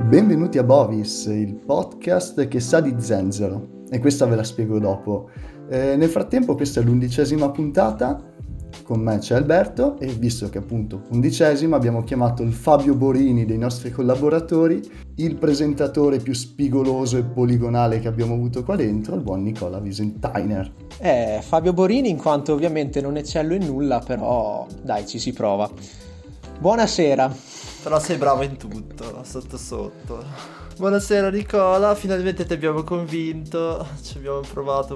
Benvenuti a Bovis, il podcast che sa di zenzero, e questa ve la spiego dopo. Nel frattempo questa è l'11ª puntata, con me c'è Alberto, e visto che appunto 11ª abbiamo chiamato il Fabio Borini dei nostri collaboratori, il presentatore più spigoloso e poligonale che abbiamo avuto qua dentro, il buon Nicola Visentainer. Fabio Borini, in quanto ovviamente non eccello in nulla, però dai, ci si prova. Buonasera. Però sei bravo in tutto, sotto. Buonasera Nicola, finalmente ti abbiamo convinto, ci abbiamo provato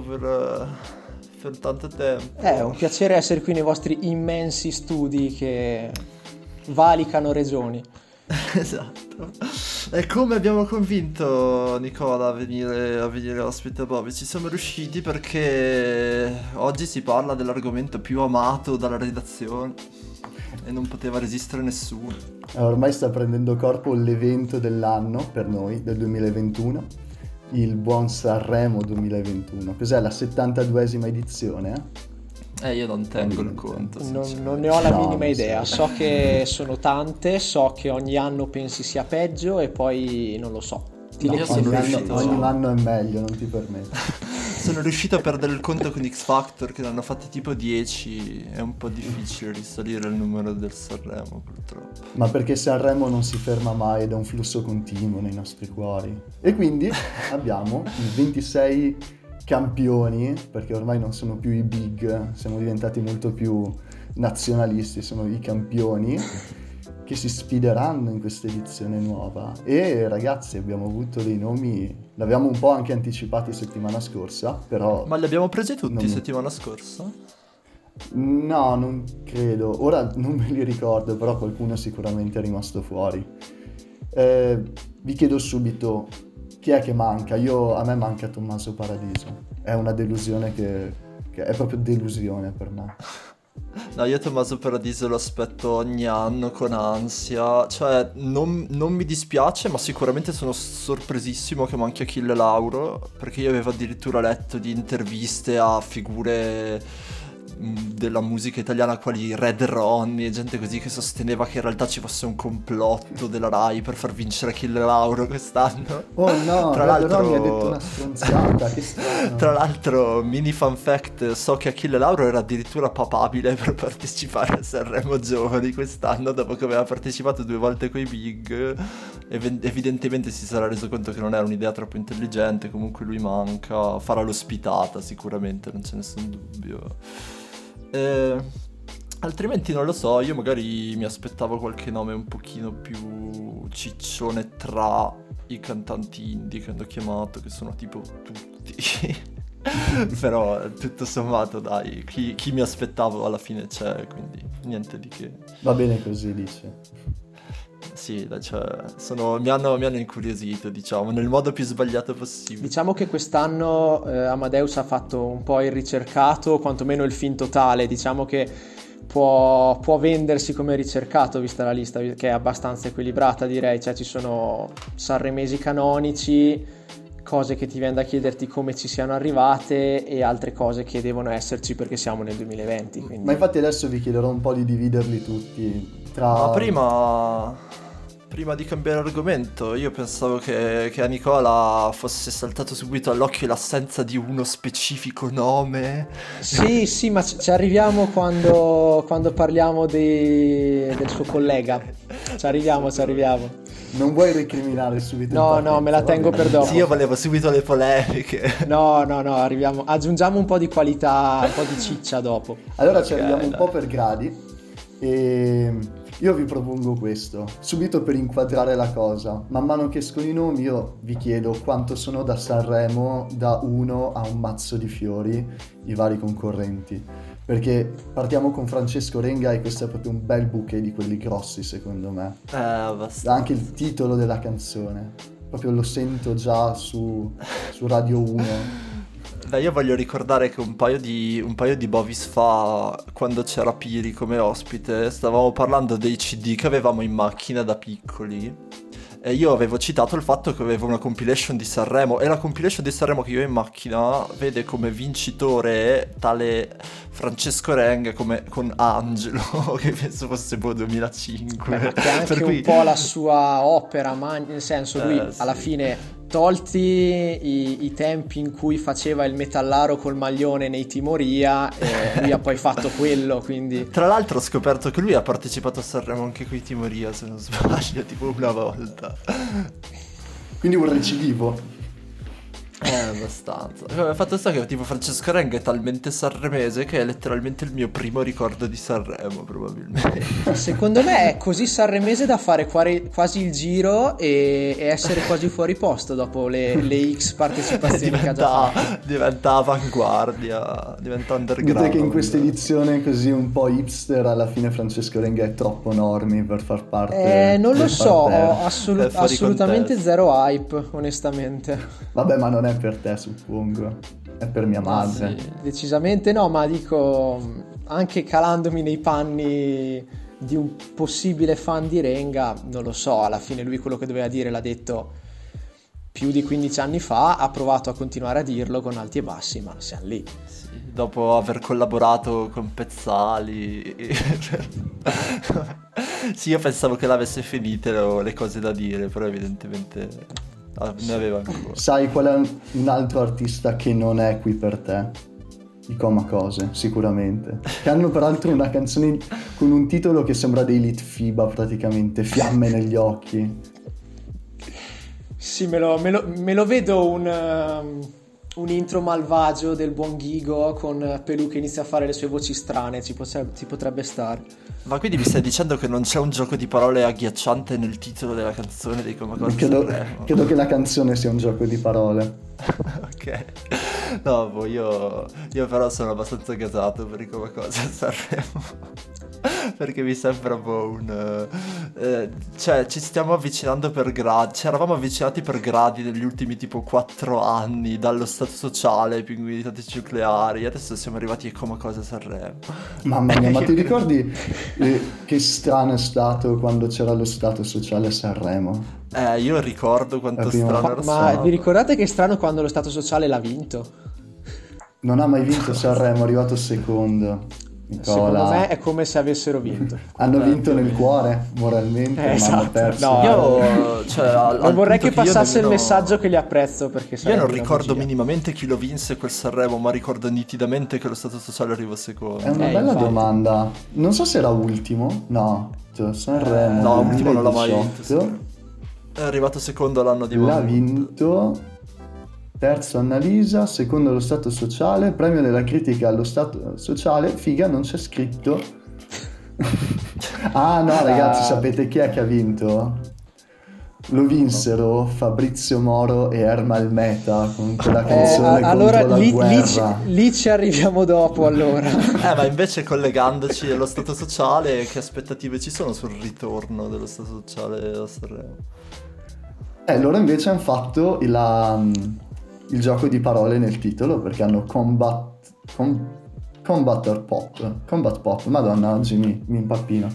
per tanto tempo. È un piacere essere qui nei vostri immensi studi che valicano regioni. Esatto. E come abbiamo convinto Nicola a venire ospite a Bovis? Ci siamo riusciti perché oggi si parla dell'argomento più amato dalla redazione e non poteva resistere nessuno. Ormai sta prendendo corpo l'evento dell'anno per noi, del 2021, il buon Sanremo 2021. Cos'è, la 72esima edizione? Io non tengo il conto. Non ne ho la minima idea. So che sono tante, so che ogni anno pensi sia peggio e poi non lo so. Ogni anno è meglio, non ti permetto. Sono riuscito a perdere il conto con X Factor, che ne hanno fatti tipo 10. È un po' difficile risalire il numero del Sanremo, purtroppo. Ma perché Sanremo non si ferma mai ed è un flusso continuo nei nostri cuori. E quindi abbiamo i 26 campioni, perché ormai non sono più i big, siamo diventati molto più nazionalisti, sono i campioni che si sfideranno in questa edizione nuova. E ragazzi, abbiamo avuto dei nomi, l'abbiamo un po' anche anticipati settimana scorsa, però... Ma li abbiamo presi tutti settimana scorsa? No, non credo, ora non me li ricordo, però qualcuno sicuramente è rimasto fuori. Vi chiedo subito, chi è che manca? A me manca Tommaso Paradiso, è una delusione che è proprio delusione per me. No, io Tommaso Paradiso lo aspetto ogni anno con ansia, cioè non mi dispiace, ma sicuramente sono sorpresissimo che manchi Achille Lauro, perché io avevo addirittura letto di interviste a figure della musica italiana quali Red Ronnie e gente così che sosteneva che in realtà ci fosse un complotto della Rai per far vincere Achille Lauro quest'anno. Oh no, tra Red l'altro Ronnie ha detto una stronzata, che strano. Tra l'altro, mini fun fact, so che Achille Lauro era addirittura papabile per partecipare a Sanremo Giovani quest'anno, dopo che aveva partecipato 2 volte coi Big. Evidentemente si sarà reso conto che non era un'idea troppo intelligente, comunque lui manca, farà l'ospitata sicuramente, non c'è nessun dubbio. Altrimenti non lo so, io magari mi aspettavo qualche nome un pochino più ciccione tra i cantanti indie che hanno chiamato, che sono tipo tutti. Però tutto sommato dai, chi mi aspettavo alla fine c'è, quindi niente di che. Va bene così, dice. Sì, cioè, mi hanno incuriosito, diciamo, nel modo più sbagliato possibile. Diciamo che quest'anno Amadeus ha fatto un po' il ricercato, quantomeno il fin totale, diciamo che può vendersi come ricercato, vista la lista che è abbastanza equilibrata, direi, cioè ci sono sanremesi canonici, cose che ti viene da chiederti come ci siano arrivate e altre cose che devono esserci perché siamo nel 2020. Quindi... Ma infatti adesso vi chiederò un po' di dividerli tutti tra... Ma prima di cambiare argomento, io pensavo che a Nicola fosse saltato subito all'occhio l'assenza di uno specifico nome. Sì, ma ci arriviamo quando parliamo del suo collega. Ci arriviamo. Non vuoi recriminare subito? No, me la tengo per dopo. Sì, io volevo subito le polemiche. No, arriviamo. Aggiungiamo un po' di qualità, un po' di ciccia dopo. Allora ci arriviamo un po' per gradi e io vi propongo questo, subito per inquadrare la cosa. Man mano che escono i nomi io vi chiedo quanto sono da Sanremo, da 1 a un mazzo di fiori, i vari concorrenti. Perché partiamo con Francesco Renga e questo è proprio un bel bouquet di quelli grossi secondo me. Anche il titolo della canzone, proprio lo sento già su Radio 1. Beh, io voglio ricordare che un paio di Bovis fa, quando c'era Piri come ospite, stavamo parlando dei CD che avevamo in macchina da piccoli E io avevo citato il fatto che avevo una compilation di Sanremo, e la compilation di Sanremo che io ho in macchina vede come vincitore tale Francesco Renga con Angelo, che penso fosse 2005. Beh, che è anche per cui... un po' la sua opera, ma nel senso lui alla sì. fine, tolti i tempi in cui faceva il metallaro col maglione nei Timoria, lui ha poi fatto quello, quindi... Tra l'altro ho scoperto che lui ha partecipato a Sanremo anche con i Timoria, se non sbaglio, tipo una volta. Quindi un recidivo. Abbastanza. Il fatto sta che tipo Francesco Renga è talmente sanremese che è letteralmente il mio primo ricordo di Sanremo, probabilmente. Secondo me è così sanremese da fare quasi il giro e essere quasi fuori posto dopo le X partecipazioni che ha già fatto. Diventa avanguardia, diventa underground. Dite che in questa edizione così un po' hipster alla fine Francesco Renga è troppo normi per far parte Non lo del so, parterre. ho È fuori assolutamente contesto. zero hype, onestamente. Vabbè, ma non è per te, suppongo. È per mia madre. Sì. Decisamente no, ma dico, anche calandomi nei panni di un possibile fan di Renga, non lo so, alla fine lui quello che doveva dire l'ha detto più di 15 anni fa, ha provato a continuare a dirlo con alti e bassi, ma siamo lì. Sì, dopo aver collaborato con Pezzali. Sì, io pensavo che l'avesse finite le cose da dire, però evidentemente ne aveva ancora. Sai qual è un altro artista che non è qui per te? I Coma Cose, sicuramente. Che hanno peraltro una canzone con un titolo che sembra dei Litfiba praticamente, Fiamme negli occhi. Sì, me lo vedo un intro malvagio del buon Ghigo con Pelù che inizia a fare le sue voci strane, ci potrebbe stare. Ma quindi mi stai dicendo che non c'è un gioco di parole agghiacciante nel titolo della canzone dei Coma Cose Sanremo? Credo che la canzone sia un gioco di parole. Ok. No, boh, io però sono abbastanza gasato per i Coma Cose a Sanremo. Perché mi sembra un... cioè, ci stiamo avvicinando per gradi. Ci eravamo avvicinati per gradi negli ultimi tipo 4 anni, dallo stato sociale ai pinguini tattici nucleari. Adesso siamo arrivati ai Coma Cose a Sanremo. Mamma mia, ma ti ricordi che strano è stato quando c'era lo stato sociale a Sanremo? Io ricordo quanto prima- strano era Ma stato. vi ricordate che è strano quando lo Stato Sociale l'ha vinto? Non ha mai vinto Sanremo, è arrivato secondo. Secondo Nicola. me è come se avessero vinto. Hanno vinto nel cuore, moralmente, ma hanno Esatto. perso. No, Io, cioè, non vorrei che punto io passasse il nemmeno- messaggio che li apprezzo, perché Io sarebbe non una ricordo bugia. minimamente chi lo vinse quel Sanremo, ma ricordo nitidamente che lo stato sociale arrivò secondo. È una bella infatti. domanda. Non so se era ultimo. No, Sanremo No, ultimo non l'ha mai 2018. vinto. È arrivato secondo l'anno di L'ha Mahmood. vinto. Terzo Annalisa, secondo lo Stato Sociale, premio della critica allo Stato Sociale, figa, non c'è scritto. Ah no ragazzi, sapete chi è che ha vinto? Lo vinsero Fabrizio Moro e Ermal Meta con quella canzone allora contro la lì guerra. ci arriviamo dopo, allora. Ma invece collegandoci allo stato sociale, che aspettative ci sono sul ritorno dello stato sociale a Sanremo? Loro invece hanno fatto il gioco di parole nel titolo, perché hanno Combat Pop, madonna, oggi mi impappino.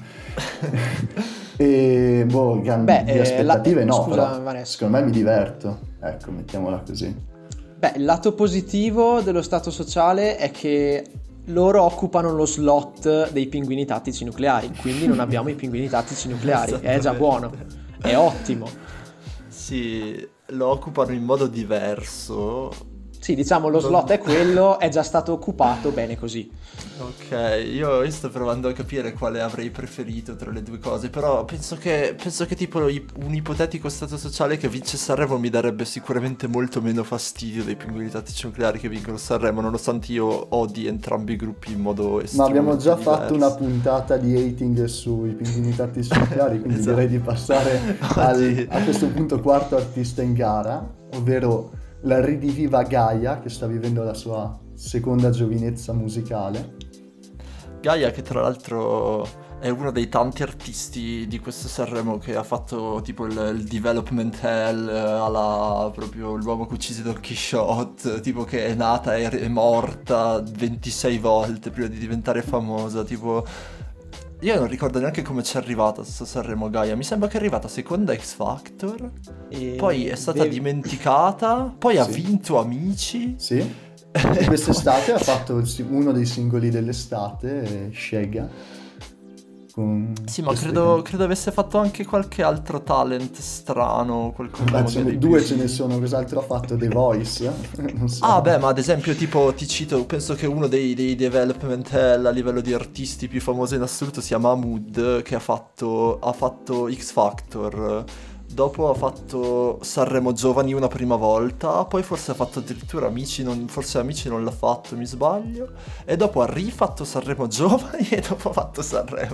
E boh, grandi aspettative no, scusa, però Vanessa. secondo me mi diverto, ecco, mettiamola così. Beh, il lato positivo dello Stato Sociale è che loro occupano lo slot dei pinguini tattici nucleari, quindi non abbiamo i pinguini tattici nucleari, è già buono, è ottimo. Sì, lo occupano in modo diverso. Sì, diciamo lo slot è quello, è già stato occupato, bene così. Ok, io sto provando a capire quale avrei preferito tra le due cose, però penso che tipo un ipotetico stato sociale che vince Sanremo mi darebbe sicuramente molto meno fastidio dei pinguini tattici nucleari che vincono Sanremo, nonostante io odi entrambi i gruppi in modo estremamente Ma abbiamo già diverso. fatto una puntata di hating sui pinguini tattici nucleari, quindi Esatto. direi di passare a questo punto quarto artista in gara, ovvero la ridiviva Gaia, che sta vivendo la sua seconda giovinezza musicale. Gaia, che tra l'altro è uno dei tanti artisti di questo Sanremo che ha fatto tipo il development hell alla proprio l'uomo che uccise Don Quixote, tipo che è nata e è morta 26 volte prima di diventare famosa, tipo io non ricordo neanche come c'è arrivata su Sanremo Gaia. Mi sembra che è arrivata seconda X Factor, poi è stata dimenticata, poi ha vinto Amici. Sì. E quest'estate ha fatto uno dei singoli dell'estate, Scega. Sì, ma credo avesse fatto anche qualche altro talent strano, qualcosa. Due ce ne sono, cos'altro ha fatto? The Voice? Non so. Ah beh, ma ad esempio tipo ti cito, penso che uno dei development hell a livello di artisti più famosi in assoluto sia Mahmood, che ha fatto X Factor. Dopo ha fatto Sanremo Giovani una prima volta, poi forse ha fatto addirittura forse Amici non l'ha fatto, mi sbaglio, e dopo ha rifatto Sanremo Giovani e dopo ha fatto Sanremo.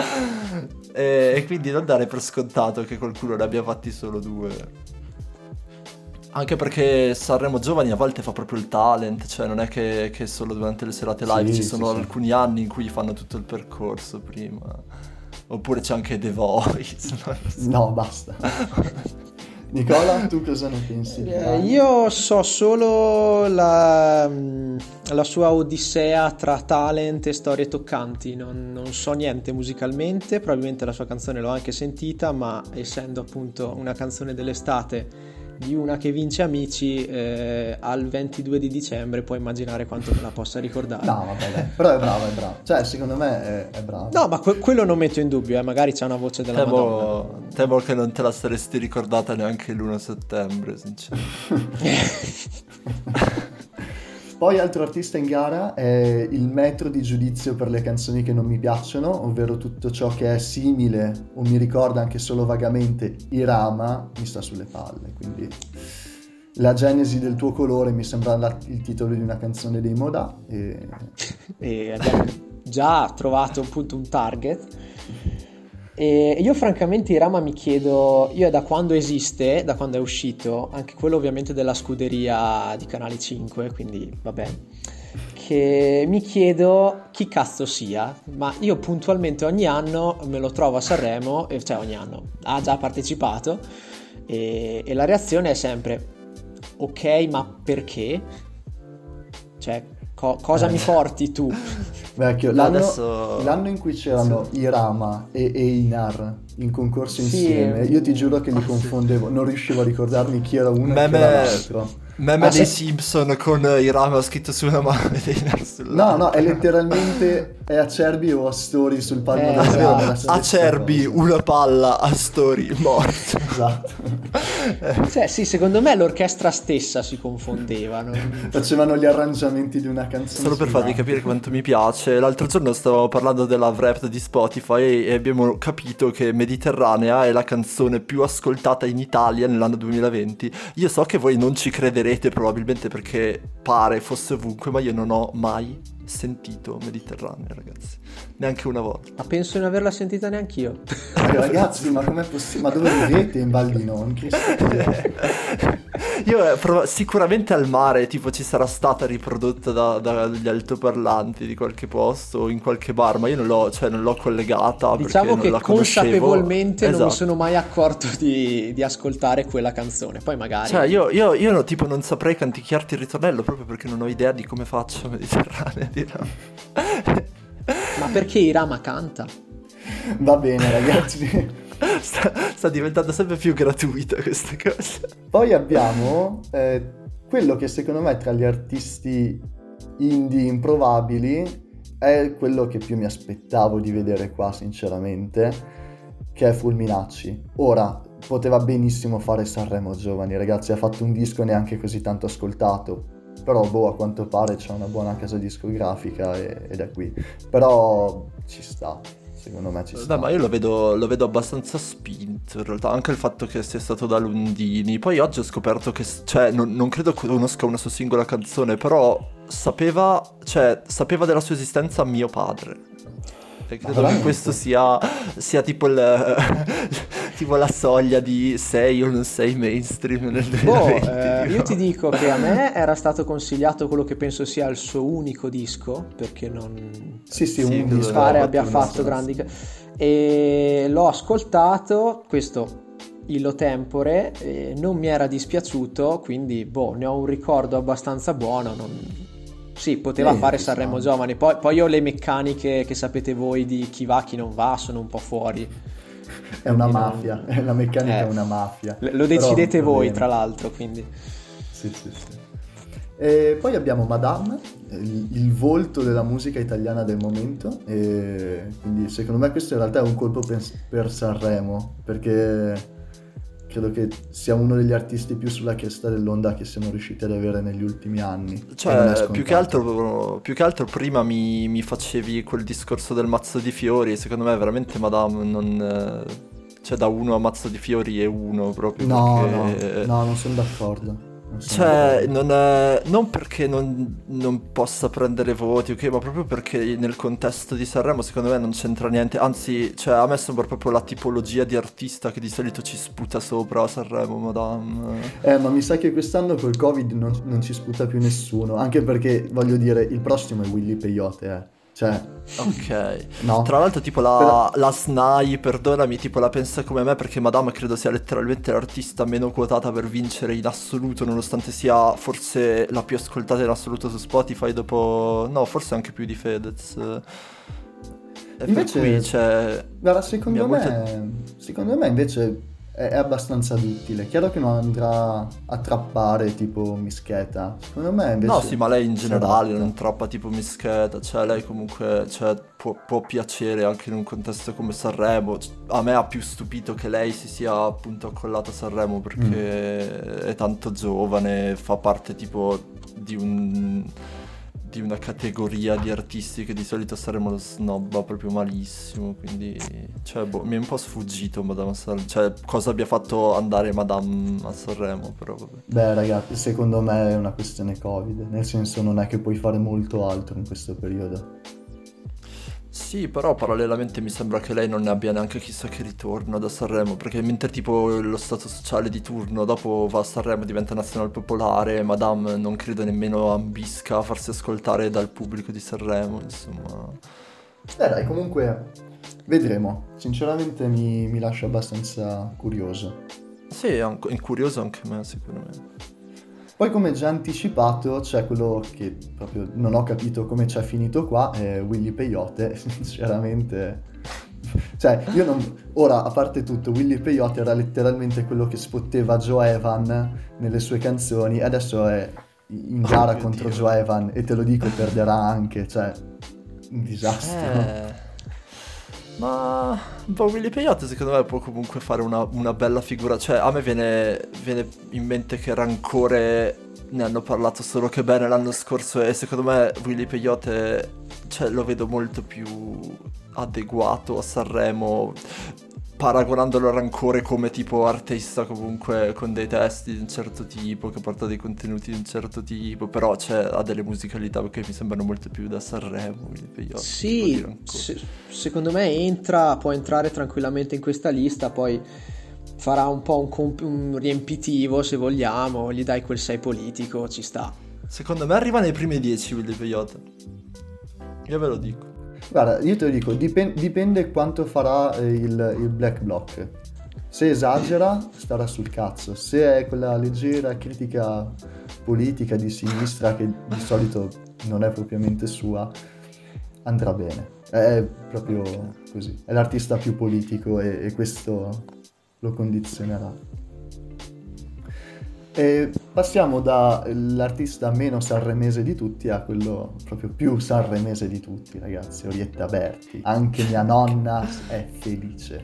E quindi non dare per scontato che qualcuno ne abbia fatti solo due. Anche perché Sanremo Giovani a volte fa proprio il talent, cioè non è che solo durante le serate live, ci sono alcuni anni in cui fanno tutto il percorso prima. Oppure c'è anche The Voice. No, basta. Nicola, tu cosa ne pensi? Io so solo la sua odissea tra talent e storie toccanti, non so niente musicalmente, probabilmente la sua canzone l'ho anche sentita, ma essendo appunto una canzone dell'estate di una che vince Amici al 22 di dicembre, puoi immaginare quanto me la possa ricordare. No, vabbè, dai. Però è brava. Cioè, secondo me è brava. No, ma quello non metto in dubbio, magari c'è una voce della Madonna. Temo che non te la saresti ricordata neanche l'1 settembre, sinceramente. Poi altro artista in gara è il metro di giudizio per le canzoni che non mi piacciono, ovvero tutto ciò che è simile o mi ricorda anche solo vagamente Irama mi sta sulle palle, quindi La genesi del tuo colore mi sembra il titolo di una canzone dei Modà e abbiamo già trovato appunto un target. E io francamente Irama mi chiedo, io è da quando esiste, da quando è uscito, anche quello ovviamente della scuderia di Canale 5, quindi vabbè, che mi chiedo chi cazzo sia, ma io puntualmente ogni anno me lo trovo a Sanremo, cioè ogni anno, ha già partecipato e la reazione è sempre ok, ma perché? Cioè cosa mi porti tu? Vecchio, l'anno in cui c'erano Irama e Einar in concorso insieme, io ti giuro che li confondevo, non riuscivo a ricordarmi chi era uno e chi era l'altro. Meme dei Simpson con Irama scritto su una mano e Einar sull'altra. No, è letteralmente è Acerbi o Astori sul palmo del Reale. Acerbi, una palla, Astori, morto. Esatto. Cioè sì, secondo me l'orchestra stessa si confondevano. Facevano gli arrangiamenti di una canzone. Solo per farvi capire quanto mi piace, l'altro giorno stavamo parlando della Wrapped di Spotify e abbiamo capito che Mediterranea è la canzone più ascoltata in Italia nell'anno 2020. Io so che voi non ci crederete probabilmente perché pare fosse ovunque, ma io non ho mai sentito Mediterranea, ragazzi, neanche una volta. Ma penso di non averla sentita neanch'io. Ragazzi, ma com'è possibile? Ma dove vivete in Val di Non? Io sicuramente al mare, tipo ci sarà stata riprodotta dagli altoparlanti di qualche posto o in qualche bar, ma io non l'ho collegata, diciamo perché che non la conoscevo. Consapevolmente Esatto. non mi sono mai accorto di ascoltare quella canzone, poi magari cioè io no, tipo non saprei canticchiarti il ritornello proprio perché non ho idea di come faccio Mediterranea. Ma perché Irama canta? Va bene, ragazzi. Sta diventando sempre più gratuita questa cosa. Poi abbiamo quello che secondo me tra gli artisti indie improbabili è quello che più mi aspettavo di vedere qua, sinceramente, che è Fulminacci. Ora, poteva benissimo fare Sanremo Giovani, ragazzi, ha fatto un disco neanche così tanto ascoltato, però a quanto pare c'è una buona casa discografica ed è qui, però ci sta, secondo me ci sta. Beh, ma io lo vedo abbastanza spinto in realtà, anche il fatto che sia stato da Lundini. Poi oggi ho scoperto che, cioè, non credo conosca una sua singola canzone, però sapeva della sua esistenza mio padre. E credo che questo sia tipo tipo la soglia di sei o non sei mainstream nel 2020. Io ti dico che a me era stato consigliato quello che penso sia il suo unico disco, perché non un disco pare abbia fatto grandi e l'ho ascoltato, questo illo tempore, e non mi era dispiaciuto, quindi ne ho un ricordo abbastanza buono, sì, poteva fare ci Sanremo sta. Giovane. Poi io le meccaniche che sapete voi di chi va, chi non va, sono un po' fuori. È una Quindi mafia, è la meccanica, è eh, una mafia. lo Però decidete va voi, bene. tra l'altro, quindi. Sì, sì, sì. E poi abbiamo Madame, il volto della musica italiana del momento, e quindi secondo me questo in realtà è un colpo per Sanremo, perché credo che sia uno degli artisti più sulla cresta dell'onda che siamo riusciti ad avere negli ultimi anni, e non è Cioè, scontato. più che altro prima mi facevi quel discorso del mazzo di fiori, e secondo me veramente Madame non... cioè da 1 a mazzo di fiori è 1 proprio No, no, perché... no, non sono d'accordo. Non sono Cioè, d'accordo. non perché non possa prendere voti, ok, ma proprio perché nel contesto di Sanremo secondo me non c'entra niente. Anzi, cioè, a me sembra proprio la tipologia di artista che di solito ci sputa sopra a Sanremo, Madame. Ma mi sa che quest'anno col Covid non ci sputa più nessuno, anche perché, voglio dire, il prossimo è Willy Peyote, Cioè, Ok. no? Tra l'altro, tipo Però- la SNAI, perdonami, tipo la pensa come me perché Madame credo sia letteralmente l'artista meno quotata per vincere in assoluto, nonostante sia forse la più ascoltata in assoluto su Spotify dopo... No, forse anche più di Fedez. E per cui, Invece, cioè... guarda, Mi ha molto... secondo me invece è abbastanza duttile. Chiaro che non andrà a trappare tipo Mischeta. Secondo me No, sì, invece ma lei in si generale adatta. non troppa tipo Mischeta, cioè lei comunque cioè, può piacere anche in un contesto come Sanremo. A me ha più stupito che lei si sia appunto accollata a Sanremo Mm. perché è tanto giovane, fa parte tipo di di una categoria di artisti che di solito Sanremo lo snobba proprio malissimo, quindi cioè boh, mi è un po' sfuggito Madame Sanremo, cioè cosa abbia fatto andare Madame a Sanremo, però vabbè. Beh, ragazzi, secondo me è una questione Covid, nel senso non è che puoi fare molto altro in questo periodo. Sì, però parallelamente mi sembra che lei non ne abbia neanche chissà che ritorno da Sanremo, perché mentre tipo lo stato sociale di turno dopo va a Sanremo, diventa nazionale popolare, Madame non credo nemmeno ambisca a farsi ascoltare dal pubblico di Sanremo, insomma. Dai, comunque vedremo. Sinceramente mi lascia abbastanza curioso. Sì, è curioso anche me, sicuramente. Poi, come già anticipato, c'è quello che proprio non ho capito come c'è finito qua, è Willy Peyote, sinceramente. Cioè, io non... Ora, a parte tutto, Willy Peyote era letteralmente quello che spotteva Joe Evan nelle sue canzoni, adesso è in Oh gara mio contro Dio. Joe Evan, e te lo dico, perderà anche, cioè, un disastro. Ma boh, Willy Peyote secondo me può comunque fare una bella figura. Cioè, a me viene in mente che Rancore ne hanno parlato solo che bene l'anno scorso e secondo me Willy Peyote, cioè, lo vedo molto più adeguato a Sanremo, paragonandolo a Rancore come tipo artista comunque con dei testi di un certo tipo, che porta dei contenuti di un certo tipo, però ha delle musicalità che mi sembrano molto più da Sanremo, Willy Peyote, tipo di Sì, Rancore. secondo me può entrare tranquillamente in questa lista, poi farà un po' un riempitivo se vogliamo, gli dai quel 6 politico, ci sta. Secondo me arriva nei primi 10 Willy Peyote. Io ve lo dico. Guarda, io te lo dico, dipende quanto farà il Black Bloc. Se esagera, starà sul cazzo. Se è quella leggera critica politica di sinistra che di solito non è propriamente sua, andrà bene. È proprio così. È l'artista più politico e questo lo condizionerà. E passiamo dall'artista meno sanremese di tutti a quello proprio più sanremese di tutti, ragazzi, Orietta Berti. Anche mia nonna è felice.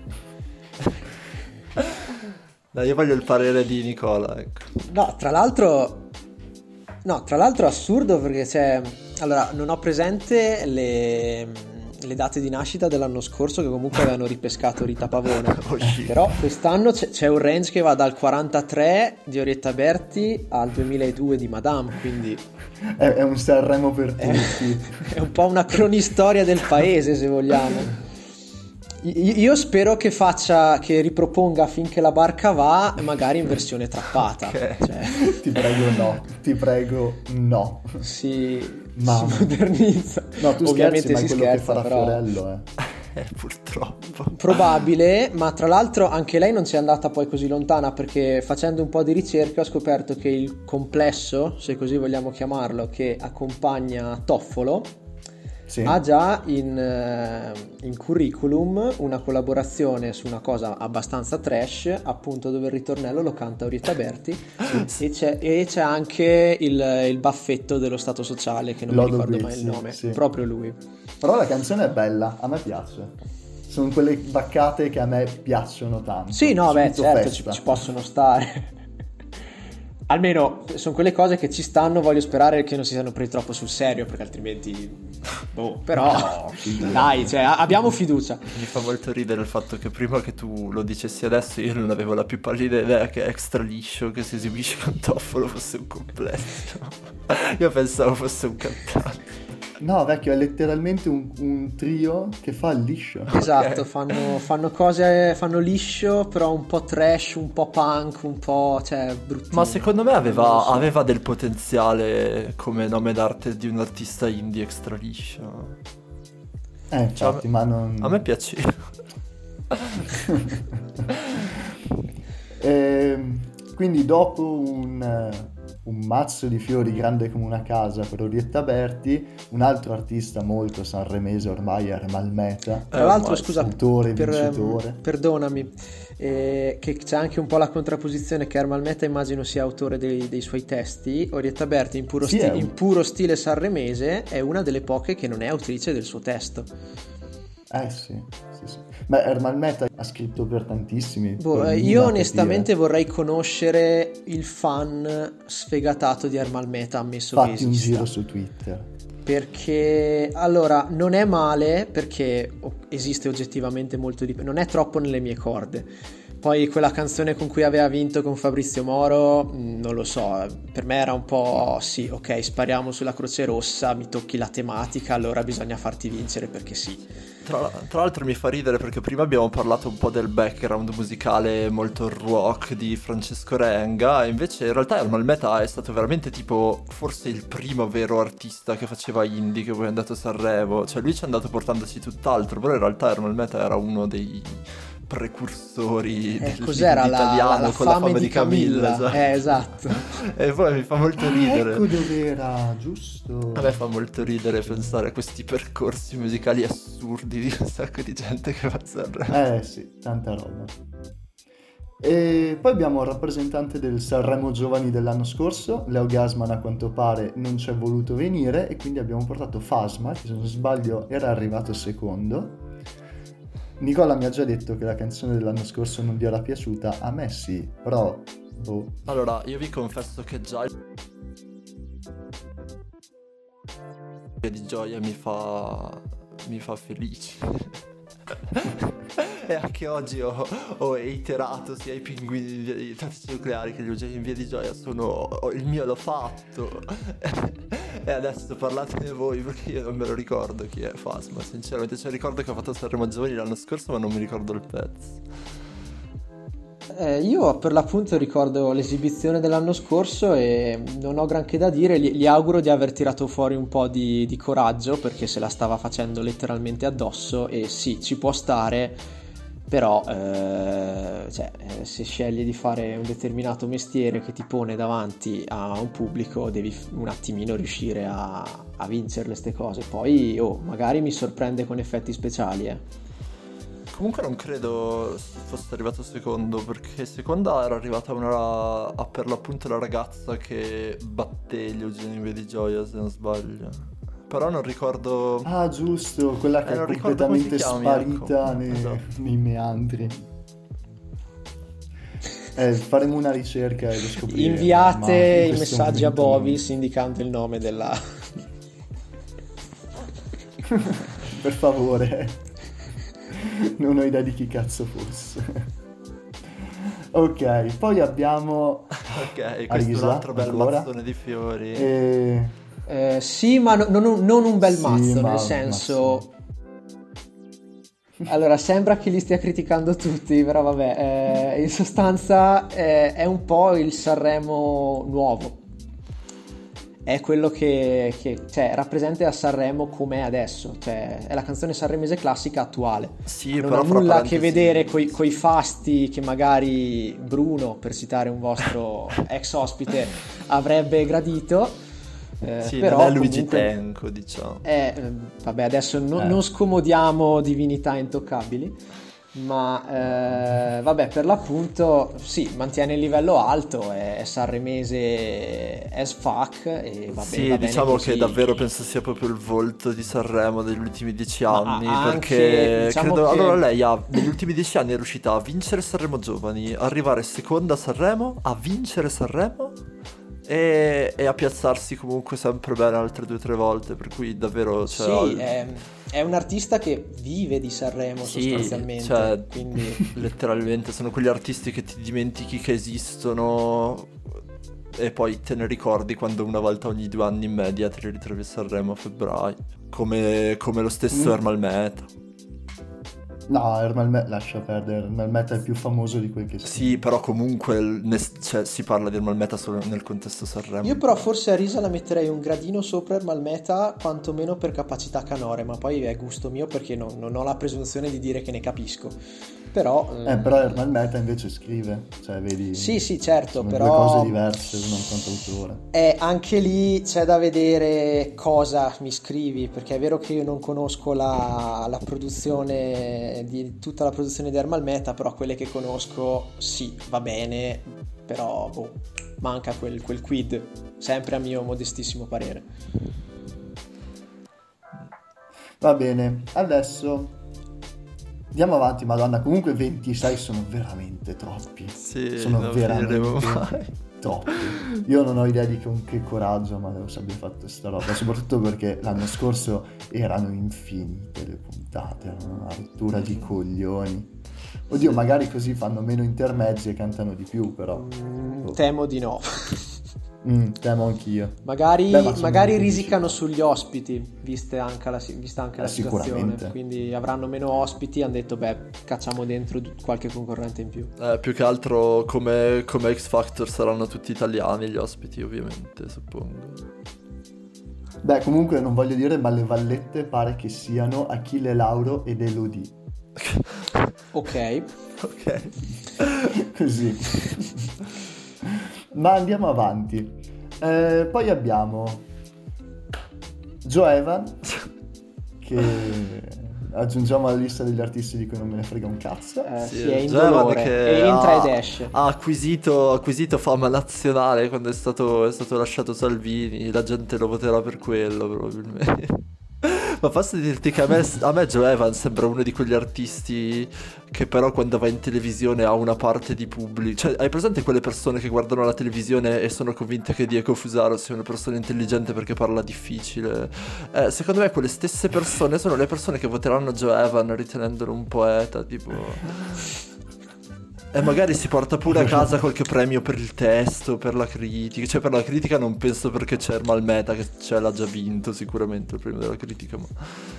Dai, io voglio il parere di Nicola, ecco. No, tra l'altro è assurdo perché c'è... Allora, non ho presente le date di nascita dell'anno scorso che comunque avevano ripescato Rita Pavone. Oh, shit. Però quest'anno c'è un range che va dal 43 di Orietta Berti al 2002 di Madame, quindi È un Sanremo per tutti. è un po' una cronistoria del paese, se vogliamo. Io spero che riproponga Finché la barca va, magari in versione trappata. Ok. Cioè, Ti prego no. si Mamma. modernizza. No, tu Ovviamente scherzi, ma è si quello che scherza, farà però Fiorello, Purtroppo. Probabile, ma tra l'altro anche lei non si è andata poi così lontana, perché facendo un po' di ricerca ho scoperto che il complesso, se così vogliamo chiamarlo, che accompagna Toffolo, Sì. ha già in curriculum una collaborazione su una cosa abbastanza trash, appunto, dove il ritornello lo canta Orietta Berti, e c'è anche il baffetto dello Stato Sociale, che non mi Lodo ricordo mai il Guizzi, nome, sì. proprio lui. Però la canzone è bella, a me piace. Sono quelle baccate che a me piacciono tanto. Sì, no, beh, Subito certo, festa. ci possono stare. Almeno sono quelle cose che ci stanno, voglio sperare che non si siano presi troppo sul serio, perché altrimenti... Boh, però... Dai, cioè, abbiamo fiducia. Mi fa molto ridere il fatto che prima che tu lo dicessi adesso io non avevo la più pallida idea che Extra Liscio, che si esibisce con Toffolo, fosse un complesso. Io pensavo fosse un cantante. No, vecchio, è letteralmente un trio che fa il liscio. Esatto, fanno cose, fanno liscio, però un po' trash, un po' punk, un po', cioè, bruttino. Ma secondo me Non lo so. aveva del potenziale come nome d'arte di un artista indie Extra Liscio. Infatti, ma non... A me piaceva. Quindi dopo un mazzo di fiori grande come una casa per Orietta Berti, un altro artista molto sanremese ormai è Ermal Meta, Tra l'altro, ormai, scusa, autore, vincitore. perdonami, che c'è anche un po' la contrapposizione che Ermal Meta immagino sia autore dei suoi testi. Orietta Berti in puro, Sì, è un- in puro stile sanremese è una delle poche che non è autrice del suo testo. Sì. Beh, Ermal Meta ha scritto per tantissimi. per Nina, Io per onestamente dire. vorrei conoscere il fan sfegatato di Ermal Meta, ammesso che Fatti un esista. giro su Twitter. Perché allora non è male, perché esiste oggettivamente molto di più, non è troppo nelle mie corde. Poi quella canzone con cui aveva vinto con Fabrizio Moro, non lo so, per me era un po' sì, ok, spariamo sulla Croce Rossa, mi tocchi la tematica, allora bisogna farti vincere perché sì. Tra l'altro mi fa ridere perché prima abbiamo parlato un po' del background musicale molto rock di Francesco Renga, e invece in realtà Ermal Meta è stato veramente tipo forse il primo vero artista che faceva indie che poi è andato a Sanremo. Cioè lui ci è andato portandosi tutt'altro, però in realtà Ermal Meta era uno dei precursori Cos'era dell'italiano la con la fame di Camilla, esatto. Esatto. E poi mi fa molto ridere. Ecco dove era, giusto. A me fa molto ridere pensare a questi percorsi musicali assurdi di un sacco di gente che va a Sanremo. Sì, tanta roba. E poi abbiamo il rappresentante del Sanremo Giovani dell'anno scorso, Leo Gasman a quanto pare non ci è voluto venire e quindi abbiamo portato Fasma, che se non sbaglio era arrivato secondo. Nicola mi ha già detto che la canzone dell'anno scorso non gli era piaciuta, a me sì, però... boh. Allora, io vi confesso che già il di gioia mi fa felice. E anche oggi ho iterato sia i pinguini i tattici nucleari che gli oggetti in via di gioia il mio l'ho fatto. E adesso parlatene voi perché io non me lo ricordo chi è Fasma, sinceramente. Cioè ricordo che ho fatto Sanremo Giovani l'anno scorso ma non mi ricordo il pezzo. Io per l'appunto ricordo l'esibizione dell'anno scorso e non ho granché da dire, gli auguro di aver tirato fuori un po' di coraggio, perché se la stava facendo letteralmente addosso e sì, ci può stare, però se scegli di fare un determinato mestiere che ti pone davanti a un pubblico devi un attimino riuscire a vincerle ste cose, poi magari mi sorprende con effetti speciali. Comunque non credo fosse arrivato secondo, perché seconda era arrivata per l'appunto la ragazza che batté gli Eugenio in via di gioia, se non sbaglio. Però non ricordo... Ah, giusto, quella che è non ricordo come si completamente chiami, sparita ecco. Esatto. nei meandri. Faremo una ricerca e lo scopriremo. Inviate i messaggi a Bovis indicando il nome della... Per favore. Non ho idea di chi cazzo fosse. Ok, poi abbiamo Ok, questo Arisa, è un altro bel ancora. mazzone di fiori. Sì, ma non un bel Sì, mazzo, ma- nel senso... Allora, sembra che li stia criticando tutti, però vabbè, in sostanza è un po' il Sanremo nuovo. è quello che cioè, rappresenta a Sanremo com'è adesso, cioè è la canzone sanremese classica attuale. Sì, Non però ha fra nulla a che parentesi- vedere coi fasti che magari Bruno, per citare un vostro ex ospite, avrebbe gradito. Sì, Però non è Luigi comunque Tenco, diciamo. vabbè, adesso Eh. non scomodiamo divinità intoccabili, ma vabbè, per l'appunto sì, mantiene il livello alto, è sanremese as fuck e Sì, va bene diciamo così. che davvero penso sia proprio il volto di Sanremo degli ultimi 10 Ma anni, anche, perché diciamo credo... che- Allora lei negli ultimi 10 anni è riuscita a vincere Sanremo Giovani, arrivare seconda a Sanremo, a vincere Sanremo e a piazzarsi comunque sempre bene altre 2 o 3 volte, per cui davvero... Cioè, Sì, è un artista che vive di Sanremo sì, sostanzialmente, cioè, quindi letteralmente sono quegli artisti che ti dimentichi che esistono e poi te ne ricordi quando una volta ogni 2 anni in media te li ritrovi a Sanremo a febbraio, come lo stesso Ermal Meta. No, lascia perdere, Ermal Meta è più famoso di quel che sia. Sì, però comunque cioè, si parla di Ermal Meta solo nel contesto Sanremo. io però forse a Risa la metterei un gradino sopra il Malmeta, quantomeno per capacità canore, ma poi è gusto mio perché non ho la presunzione di dire che ne capisco. Però Però Ermal Meta invece scrive, cioè vedi... sì, certo, sono però due cose diverse, uno è un cantautore. anche lì c'è da vedere cosa mi scrivi, perché è vero che io non conosco la produzione di tutta la produzione di Ermal Meta, però quelle che conosco sì, va bene, però boh, manca quel quid, sempre a mio modestissimo parere. Va bene, adesso andiamo avanti, Madonna, comunque 26 sono veramente troppi. Sì, Sono non veramente finiremo mai. troppi. Io non ho idea di con che coraggio Amadeus abbia fatto sta roba, soprattutto perché l'anno scorso erano infinite le puntate, erano una rottura di coglioni. Oddio, magari così fanno meno intermezzi e cantano di più, però. Temo di no. Temo anch'io. Magari, Beh, ma sono magari molto risicano vicini. sugli ospiti, vista anche la situazione, Sicuramente. quindi avranno meno ospiti, hanno detto beh, cacciamo dentro qualche concorrente in più. Più che altro come X Factor saranno tutti italiani gli ospiti, ovviamente, suppongo. Beh, comunque non voglio dire, ma le vallette pare che siano Achille Lauro ed Elodie. Ok. Ok. Così. Ma andiamo avanti. Poi abbiamo Joe Evan, che aggiungiamo alla lista degli artisti di cui non me ne frega un cazzo. Sì, è Joe Evan indolore, che e entra ed esce. ha acquisito fama nazionale quando è stato lasciato Salvini, la gente lo voterà per quello probabilmente. Ma posso dirti che a me Joe Evan sembra uno di quegli artisti che però quando va in televisione ha una parte di pubblico. Cioè, hai presente quelle persone che guardano la televisione e sono convinte che Diego Fusaro sia una persona intelligente perché parla difficile? Secondo me quelle stesse persone sono le persone che voteranno Joe Evan ritenendolo un poeta, tipo... E magari si porta pure a casa qualche premio per il testo, per la critica. Cioè, per la critica non penso perché c'è Ermal Meta, che l'ha già vinto sicuramente il premio della critica, ma...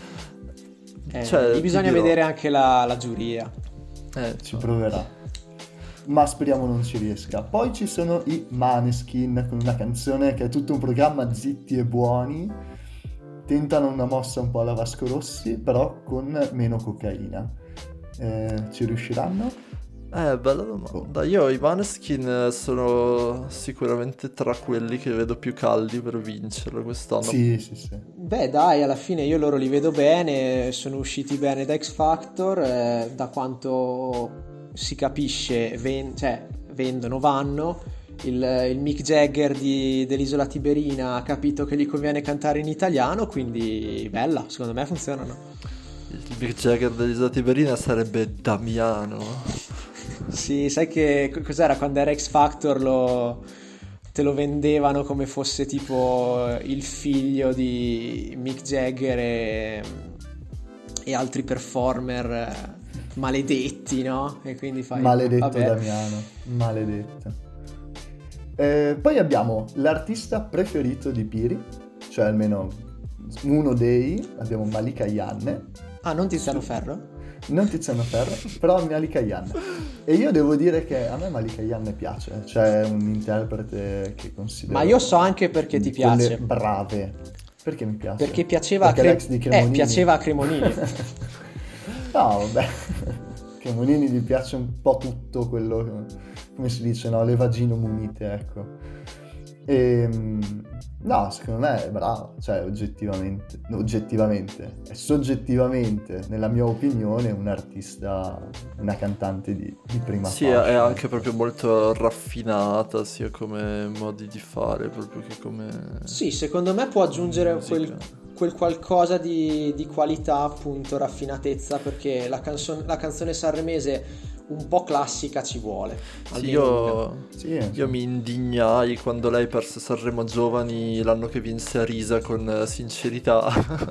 Lì bisogna vedere anche la giuria. Ci proverà. Ma speriamo non ci riesca. Poi ci sono i Maneskin, con una canzone che è tutto un programma zitti e buoni. Tentano una mossa un po' alla Vasco Rossi, però con meno cocaina. Ci riusciranno? Bella domanda. Io i Maneskin sono sicuramente tra quelli che vedo più caldi per vincerlo quest'anno. Sì. Beh dai, alla fine io loro li vedo bene, sono usciti bene da X Factor, da quanto si capisce vendono, vanno. Il Mick Jagger dell'Isola Tiberina ha capito che gli conviene cantare in italiano, quindi bella, secondo me funzionano. Il Mick Jagger dell'Isola Tiberina sarebbe Damiano. Sì, sai che cos'era quando era X Factor te lo vendevano come fosse tipo il figlio di Mick Jagger e altri performer maledetti, no? E quindi fai... Maledetto vabbè. Damiano, maledetto. Poi abbiamo l'artista preferito di Piri, cioè almeno uno dei, abbiamo Malika Yanne. Ah, non Tiziano Ferro? Non Tiziano Ferro, però Malika Ayane. E io devo dire che a me Malika Ayane piace, cioè è un interprete che considero... Ma io so anche perché ti piace. Quelle brave. Perché mi piace? Perché piaceva Perché l'ex di Cremonini. piaceva a Cremonini. No, vabbè. Cremonini gli piace un po' tutto quello, come si dice, no? Le vagine munite, ecco. No, secondo me è bravo, cioè oggettivamente, è soggettivamente, nella mia opinione, un artista, una cantante di prima Sì, fascia. è anche proprio molto raffinata, sia come modi di fare, proprio che come... Sì, secondo me può aggiungere musica. quel qualcosa di qualità, appunto, raffinatezza, perché la canzone sanremese un po' classica ci vuole. Sì, Sì, io mi indignai quando lei perse Sanremo Giovani l'anno che vinse Arisa con Sincerità.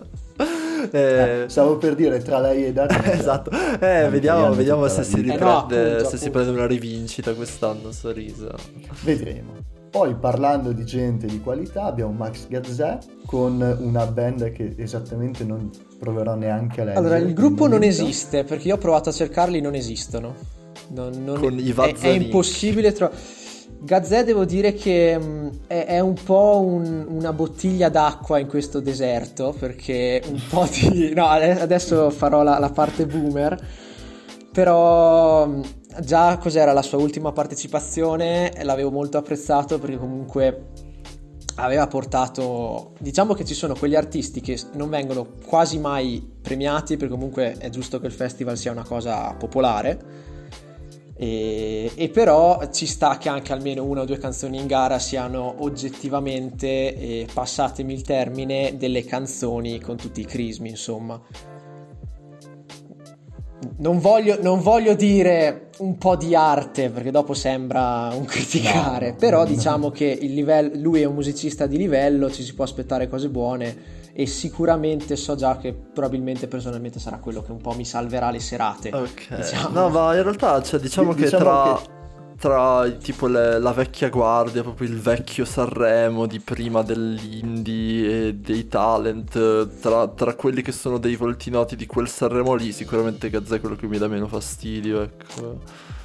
Stavo per dire tra lei e Arisa. Esatto, vediamo se si riprende, appunto, se si prende una rivincita quest'anno su Arisa. Vedremo. Poi parlando di gente di qualità abbiamo Max Gazzè con una band che esattamente non proverò neanche a leggere. Allora, il gruppo non momento. esiste, perché io ho provato a cercarli, non esistono. Con i è Vazzanik. impossibile trovare. Gazzè, devo dire che è un po' una bottiglia d'acqua in questo deserto, perché un po' di... No, adesso farò la parte boomer, però già cos'era la sua ultima partecipazione, l'avevo molto apprezzato perché comunque aveva portato, diciamo che ci sono quegli artisti che non vengono quasi mai premiati, perché comunque è giusto che il festival sia una cosa popolare, e però ci sta che anche almeno una o due canzoni in gara siano oggettivamente, passatemi il termine, delle canzoni con tutti i crismi, insomma. Non voglio dire un po' di arte, perché dopo sembra un criticare, No, però no. diciamo che il livello, lui è un musicista di livello, ci si può aspettare cose buone, e sicuramente so già che probabilmente personalmente sarà quello che un po' mi salverà le serate. Ok, diciamo. no, ma in realtà, cioè, diciamo che tra tipo la vecchia guardia, proprio il vecchio Sanremo di prima dell'indie e dei talent, tra quelli che sono dei volti noti di quel Sanremo lì, sicuramente Gazzè è quello che mi dà meno fastidio, ecco.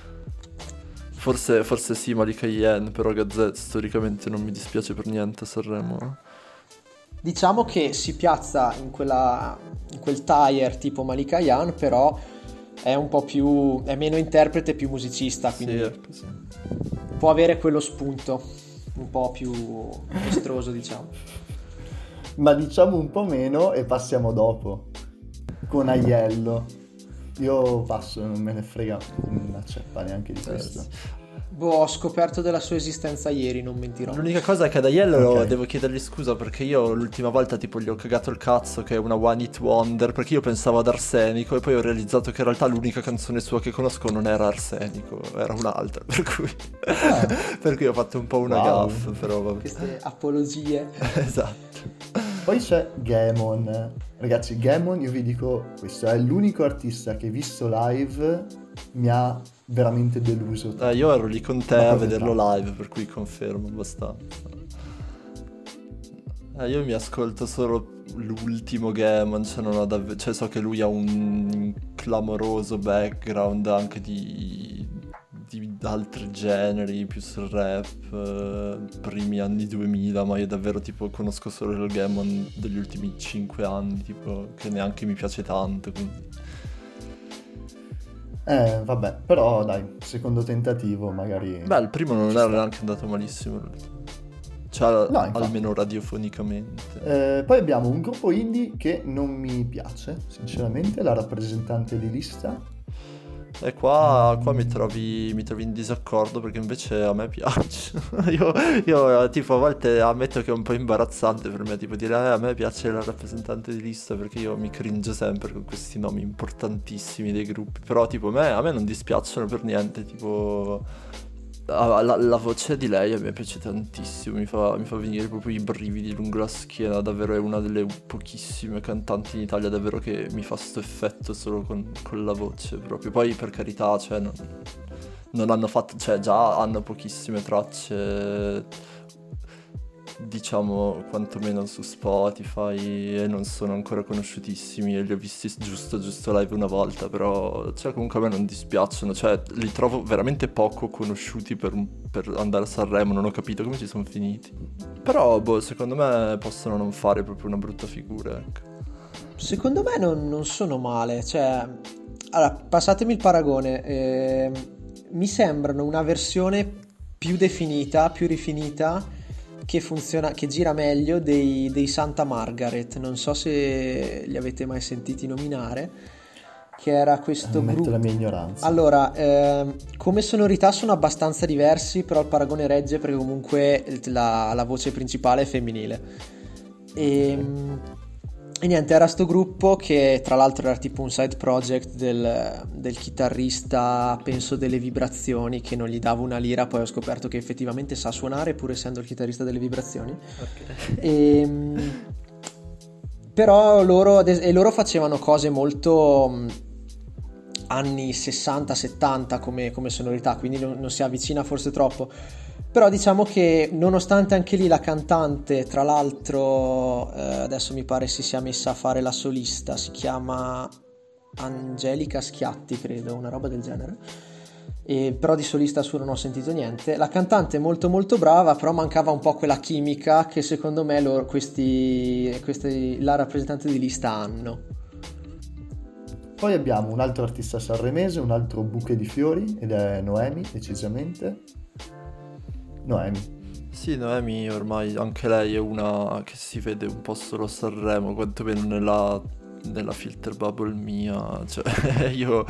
Forse sì, Malika Ayane, però Gazzè storicamente non mi dispiace per niente a Sanremo. Diciamo che si piazza in quel tire tipo Malika Ayane, però è un po' più, è meno interprete, più musicista, quindi Sì, ecco, sì. può avere quello spunto un po' più estroso, diciamo. Ma diciamo un po' meno e passiamo dopo con Aiello. Io passo, non me ne frega una ceppa neanche di questo. Sì. Ho scoperto della sua esistenza ieri, non mentirò. L'unica cosa è che ad Aiello Ok. devo chiedergli scusa perché io l'ultima volta tipo gli ho cagato il cazzo che è una one hit wonder, perché io pensavo ad Arsenico e poi ho realizzato che in realtà l'unica canzone sua che conosco non era Arsenico, era un'altra, per cui per cui ho fatto un po' una Wow. gaffa, però vabbè. Queste apologie. Esatto. Poi c'è Gamon. Ragazzi, Gamon, io vi dico, questo è l'unico artista che visto live mi ha veramente deluso. Io ero lì con te Ma a proprio vederlo tanto. live, per cui confermo abbastanza. Io mi ascolto solo l'ultimo Gammon, cioè, non ho cioè so che lui ha un clamoroso background anche di altri generi, più sul rap, primi anni 2000, ma io davvero tipo conosco solo il Gammon degli ultimi 5 anni, tipo, che neanche mi piace tanto, quindi... Vabbè, però dai, secondo tentativo magari... Beh, il primo non ci era sta. neanche andato malissimo, cioè No, infatti. almeno radiofonicamente. Poi abbiamo un gruppo indie che non mi piace, sinceramente, la rappresentante di lista. E qua mi trovi in disaccordo perché invece a me piace. io tipo a volte ammetto che è un po' imbarazzante per me tipo dire a me piace la rappresentante di lista perché io mi cringe sempre con questi nomi importantissimi dei gruppi. Però tipo a me non dispiacciono per niente, tipo la voce di lei a me piace tantissimo, mi fa venire proprio i brividi lungo la schiena, davvero è una delle pochissime cantanti in Italia davvero che mi fa sto effetto solo con la voce proprio. Poi per carità, cioè non hanno fatto, cioè già hanno pochissime tracce diciamo quantomeno su Spotify, e non sono ancora conosciutissimi, e li ho visti giusto live una volta, però cioè comunque a me non dispiacciono, cioè li trovo veramente poco conosciuti per andare a Sanremo, non ho capito come ci sono finiti. Però boh, secondo me possono non fare proprio una brutta figura, ecco. Secondo me non sono male, cioè, allora, passatemi il paragone, mi sembrano una versione più definita, più rifinita, che funziona, che gira meglio dei Santa Margaret. Non so se li avete mai sentiti nominare, che era questo Ammetto gruppo. la mia ignoranza. Allora, come sonorità sono abbastanza diversi, però il paragone regge perché comunque la voce principale è femminile. E niente, era sto gruppo che tra l'altro era tipo un side project del chitarrista, penso delle Vibrazioni, che non gli davo una lira, poi ho scoperto che effettivamente sa suonare pur essendo il chitarrista delle Vibrazioni. Ok. Però loro facevano cose molto anni 60-70 come sonorità, quindi non si avvicina forse troppo. Però diciamo che nonostante anche lì la cantante, tra l'altro adesso mi pare si sia messa a fare la solista, si chiama Angelica Schiatti, credo, una roba del genere, però di solista su non ho sentito niente. La cantante è molto molto brava, però mancava un po' quella chimica che secondo me la rappresentante di lista hanno. Poi abbiamo un altro artista sanremese, un altro buche di fiori, ed è Noemi, decisamente. Noemi. Sì, Noemi ormai anche lei è una che si vede un po' solo a Sanremo, quantomeno nella filter bubble mia, cioè io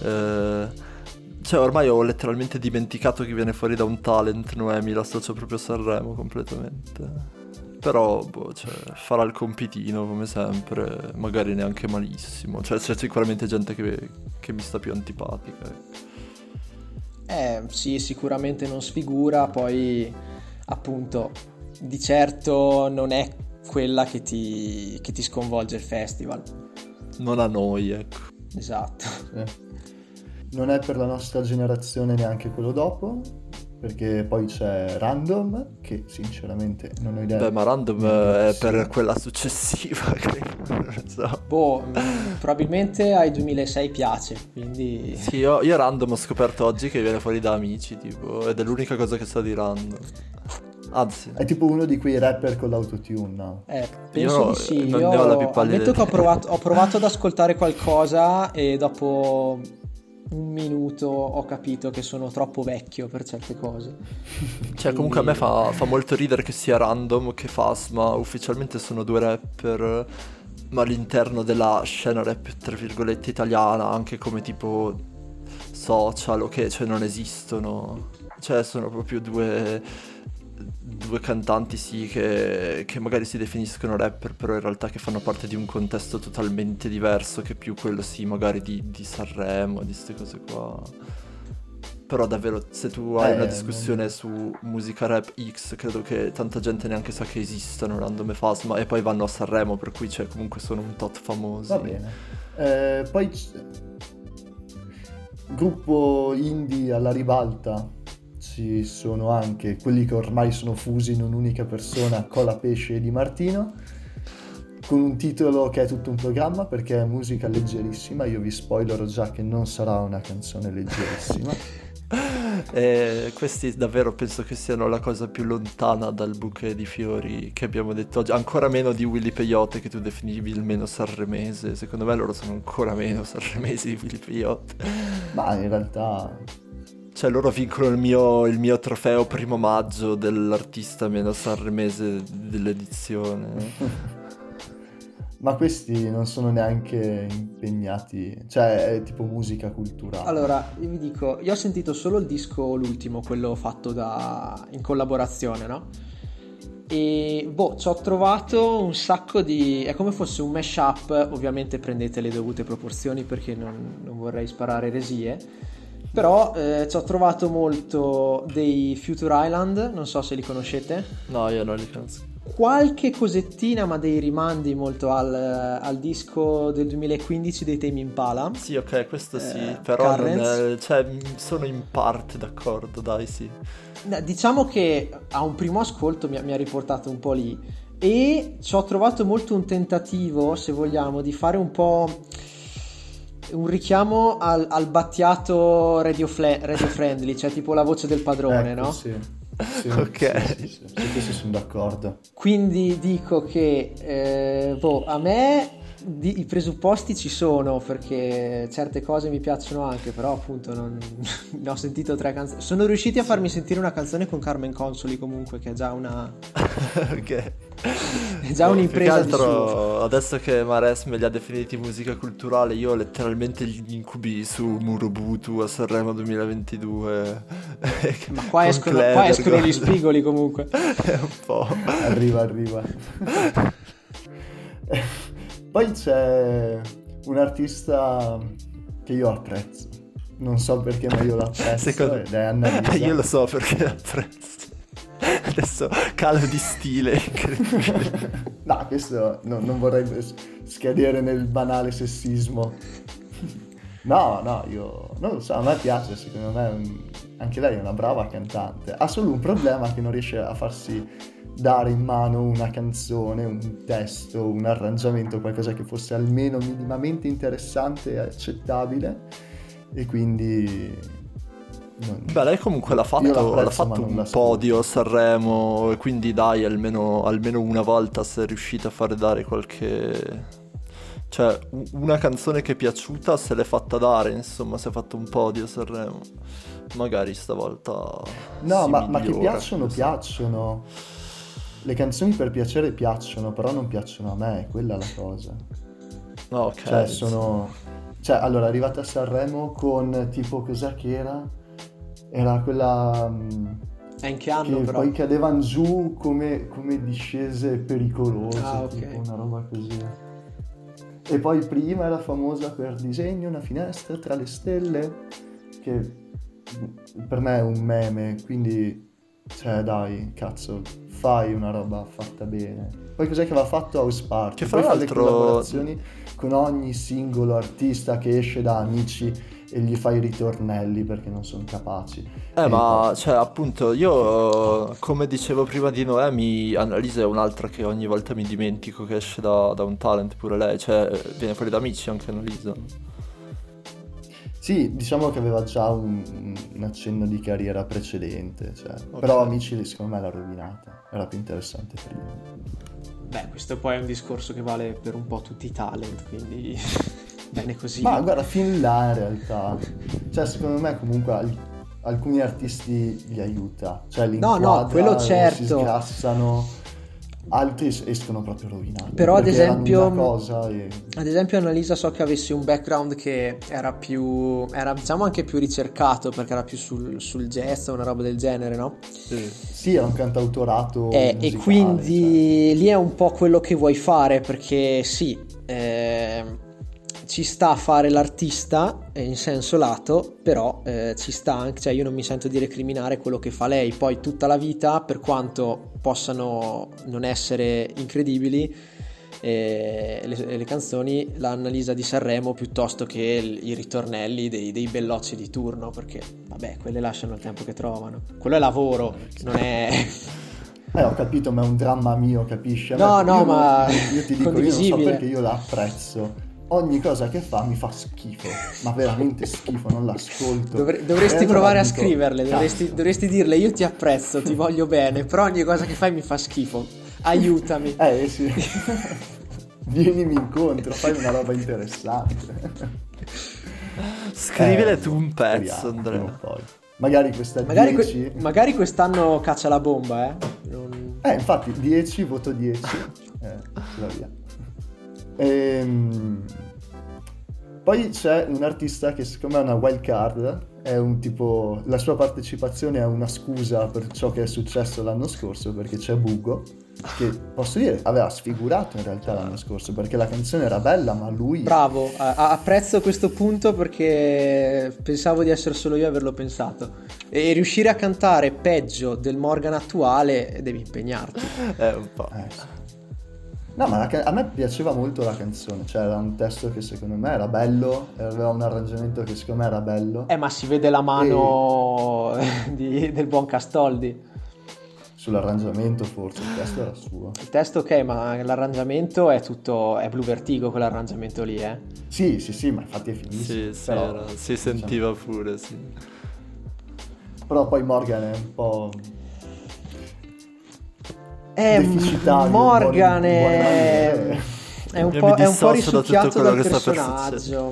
cioè ormai ho letteralmente dimenticato che viene fuori da un talent. Noemi l'associo proprio a Sanremo completamente. Però boh, cioè, farà il compitino come sempre, magari neanche malissimo, cioè c'è sicuramente gente che mi sta più antipatica, ecco. Sì, sicuramente non sfigura, poi appunto di certo non è quella che ti sconvolge il festival. Non a noi, ecco. Esatto. Non è per la nostra generazione neanche quello dopo, perché poi c'è Random, che sinceramente non ho idea. Beh, ma Random è per quella successiva, credo, non so. Boh, probabilmente ai 2006 piace, quindi... Sì, io Random ho scoperto oggi che viene fuori da Amici, tipo, ed è l'unica cosa che sa di Random. Anzi, È tipo uno di quei rapper con l'autotune, no? Penso Io di sì. non ne ho la più pallida Ammetto che idea. ho provato ad ascoltare qualcosa e dopo un minuto ho capito che sono troppo vecchio per certe cose. Cioè, comunque a me fa molto ridere che sia Random che Fasma ufficialmente sono due rapper, ma all'interno della scena rap, tra virgolette, italiana, anche come tipo social, ok, cioè non esistono. Cioè, sono proprio due cantanti, sì, che magari si definiscono rapper, però in realtà che fanno parte di un contesto totalmente diverso, che più quello, sì, magari di Sanremo, di queste cose qua. Però davvero, se tu hai una discussione su musica rap X, credo che tanta gente neanche sa che esistano Random e Fasma, e poi vanno a Sanremo, per cui cioè, comunque sono un tot famosi. Va bene. Poi gruppo indie alla ribalta. Ci sono anche quelli che ormai sono fusi in un'unica persona, Colapesce e Di Martino, con un titolo che è tutto un programma, perché è musica leggerissima. Io vi spoilerò già che non sarà una canzone leggerissima. Questi davvero penso che siano la cosa più lontana dal bouquet di fiori che abbiamo detto oggi, ancora meno di Willy Peyote, che tu definivi il meno sanremese. Secondo me loro sono ancora meno sanremesi di Willy Peyote. Ma in realtà... Cioè loro vincono il mio trofeo primo maggio dell'artista meno sanremese dell'edizione. Ma questi non sono neanche impegnati, cioè è tipo musica culturale. Allora, io vi dico, io ho sentito solo il disco, l'ultimo, quello fatto in collaborazione, no? E ci ho trovato un sacco di... è come fosse un mashup, ovviamente prendete le dovute proporzioni perché non vorrei sparare eresie, però ci ho trovato molto dei Future Island, non so se li conoscete. No, io non li conosco. qualche cosettina, ma dei rimandi molto al disco del 2015 dei Tame Impala. Sì, ok, questo sì, però non Currents. è, cioè, sono in parte d'accordo, dai, sì. Diciamo che a un primo ascolto mi ha riportato un po' lì, e ci ho trovato molto un tentativo, se vogliamo, di fare un po' un richiamo al battiato radio friendly, cioè tipo La voce del padrone, Ecco, no? sì. Sì, Ok. sì, su questo sono d'accordo. Quindi dico che a me i presupposti ci sono, perché certe cose mi piacciono anche, però appunto non ne ho sentito 3 canzoni. Sono riusciti a farmi sentire una canzone con Carmen Consoli comunque, che è già una Ok. è già Più un'impresa che di suo. altro, adesso che Maresme li ha definiti musica culturale, io ho letteralmente gli incubi su Murubutu a Sanremo 2022. Ma qua Con escono Clever, gli spigoli comunque. È un po'. Arriva. Poi c'è un artista che io apprezzo. Non so perché, ma io lo apprezzo, ed è Annalisa. Io lo so perché l'apprezzo. Adesso calo di stile incredibile. No, questo non vorrei scadere nel banale sessismo. No, io non lo so, a me piace, secondo me anche lei è una brava cantante. Ha solo un problema, che non riesce a farsi dare in mano una canzone, un testo, un arrangiamento, qualcosa che fosse almeno minimamente interessante e accettabile, e quindi... Beh, lei comunque l'ha fatto un podio a Sanremo, e quindi dai, almeno una volta si è riuscita a fare dare qualche... Cioè, una canzone che è piaciuta se l'è fatta dare, insomma, si è fatto un podio a Sanremo. Magari stavolta No, si ma che migliora, piacciono, non so. piacciono. Le canzoni per piacere piacciono, però non piacciono a me, è quella la cosa. No, ok. Cioè, Cioè, allora, è arrivata a Sanremo con tipo, cos'è che era? Era quella... È in che anno che però? poi cadevano giù come discese pericolose, Ah, ok. tipo una roba così. E poi prima era famosa per Disegno una finestra tra le stelle, che per me è un meme, quindi, cioè dai, cazzo, fai una roba fatta bene. Poi cos'è che aveva fatto House Party? Che fra Poi fa le l'altro- collaborazioni con ogni singolo artista che esce da Amici e gli fa i ritornelli perché non sono capaci. Ma cioè appunto io, come dicevo prima di Noemi, Annalisa è un'altra che ogni volta mi dimentico che esce da un talent pure lei, cioè viene fuori da Amici anche Annalisa. Sì, diciamo che aveva già un accenno di carriera precedente, cioè. Ok. Però Amici secondo me l'ha rovinata, era più interessante prima. Beh, questo poi è un discorso che vale per un po' tutti i talent, quindi bene così. Ma guarda, fin là in realtà, cioè secondo me comunque alcuni artisti li aiuta, cioè li No, inquadra, quello si certo. sgrassano, altri escono proprio rovinati. Però ad perché erano esempio, una cosa e... ad esempio Annalisa so che avesse un background che era diciamo anche più ricercato, perché era più sul jazz o una roba del genere, no? Sì, era un cantautorato E musicale, quindi lì è un po' quello che vuoi fare, perché sì, ci sta a fare l'artista in senso lato, però ci sta anche, cioè io non mi sento di recriminare quello che fa lei. Poi tutta la vita, per quanto possano non essere incredibili, le canzoni, l'Annalisa di Sanremo, piuttosto che i ritornelli dei bellocci di turno, perché vabbè, quelle lasciano il tempo che trovano. Quello è lavoro, non è... Ho capito, ma è un dramma mio, capisci? No, ma io ti dico, io non so condivisibile. perché io la apprezzo. Ogni cosa che fa mi fa schifo, ma veramente schifo, non l'ascolto. Dovresti E allora provare a dico, scriverle, cazzo. dovresti dirle: io ti apprezzo, ti voglio bene, però ogni cosa che fai mi fa schifo, aiutami. Sì. Vienimi incontro, fai una roba interessante. Scrivile tu un pezzo, speriamo, prima o Andrea. poi. Magari questa 10... Magari quest'anno caccia la bomba, infatti 10, voto 10. Ce l'ho via. Poi c'è un artista che secondo me è una wild card, è un tipo, la sua partecipazione è una scusa per ciò che è successo l'anno scorso, perché c'è Bugo, che posso dire aveva sfigurato in realtà l'anno scorso, perché la canzone era bella, ma lui... Bravo, apprezzo questo punto perché pensavo di essere solo io a averlo pensato. E riuscire a cantare peggio del Morgan attuale devi impegnarti. Un po'. Sì. No, ma a me piaceva molto la canzone, cioè era un testo che secondo me era bello, aveva un arrangiamento che secondo me era bello. Ma si vede la mano del buon Castoldi. Sull'arrangiamento forse, il testo era suo. Il testo ok, ma l'arrangiamento è tutto, è Blue Vertigo quell'arrangiamento lì, eh? Sì, ma infatti è finissimo. Sì, però, si sentiva pure, sì. Però poi Morgan è un po'... deficitario. Morgan è un po' risucchiato dal personaggio.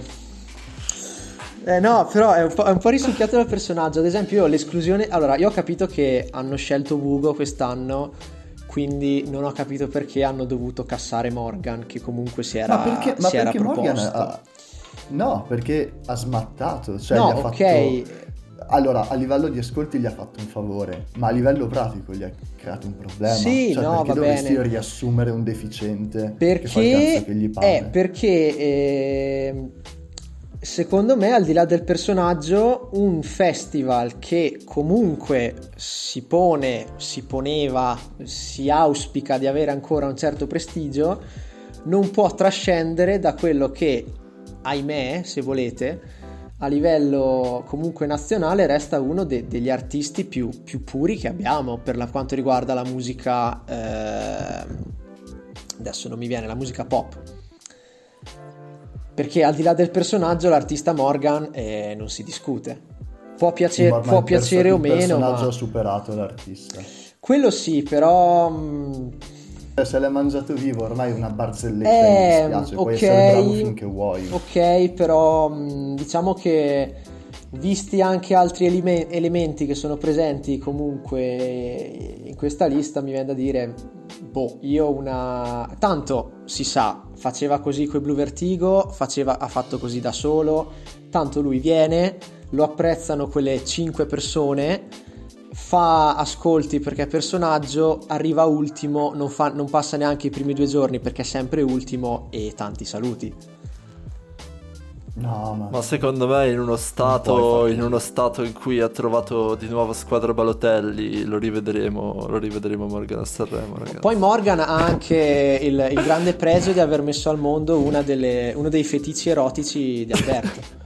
No, però è un po' risucchiato dal personaggio. Ad esempio, io l'esclusione. Allora, io ho capito che hanno scelto Bugo quest'anno, quindi non ho capito perché hanno dovuto cassare Morgan, che comunque si era proposto. Morgan no, perché ha smattato. Cioè, no, gli ha fatto... ok. Allora, a livello di ascolti gli ha fatto un favore, ma a livello pratico gli ha creato un problema. Sì, cioè, no, perché va dovresti bene. riassumere un deficiente che fa il cazzo che gli pare? Perché secondo me, al di là del personaggio, un festival che comunque si poneva, si auspica di avere ancora un certo prestigio, non può trascendere da quello che, ahimè, se volete, a livello comunque nazionale resta uno degli artisti più puri che abbiamo per quanto riguarda la musica, adesso non mi viene, la musica pop, perché al di là del personaggio l'artista Morgan non si discute, può piacere o meno, il personaggio ma ha superato l'artista. quello sì, però se l'è mangiato vivo ormai è una barzelletta, mi dispiace, puoi essere bravo finché vuoi. Ok, però diciamo che visti anche altri elementi che sono presenti comunque in questa lista, mi viene da dire, tanto si sa, faceva così coi Blue Vertigo, ha fatto così da solo, tanto lui viene, lo apprezzano quelle 5 persone, fa ascolti perché è personaggio, arriva ultimo, non passa neanche i primi 2 giorni perché è sempre ultimo, e tanti saluti. No, ma secondo me in uno stato in cui ha trovato di nuovo squadra Balotelli lo rivedremo Morgan a Sanremo, ragazzi. Poi Morgan ha anche il grande pregio di aver messo al mondo uno dei feticci erotici di Alberto.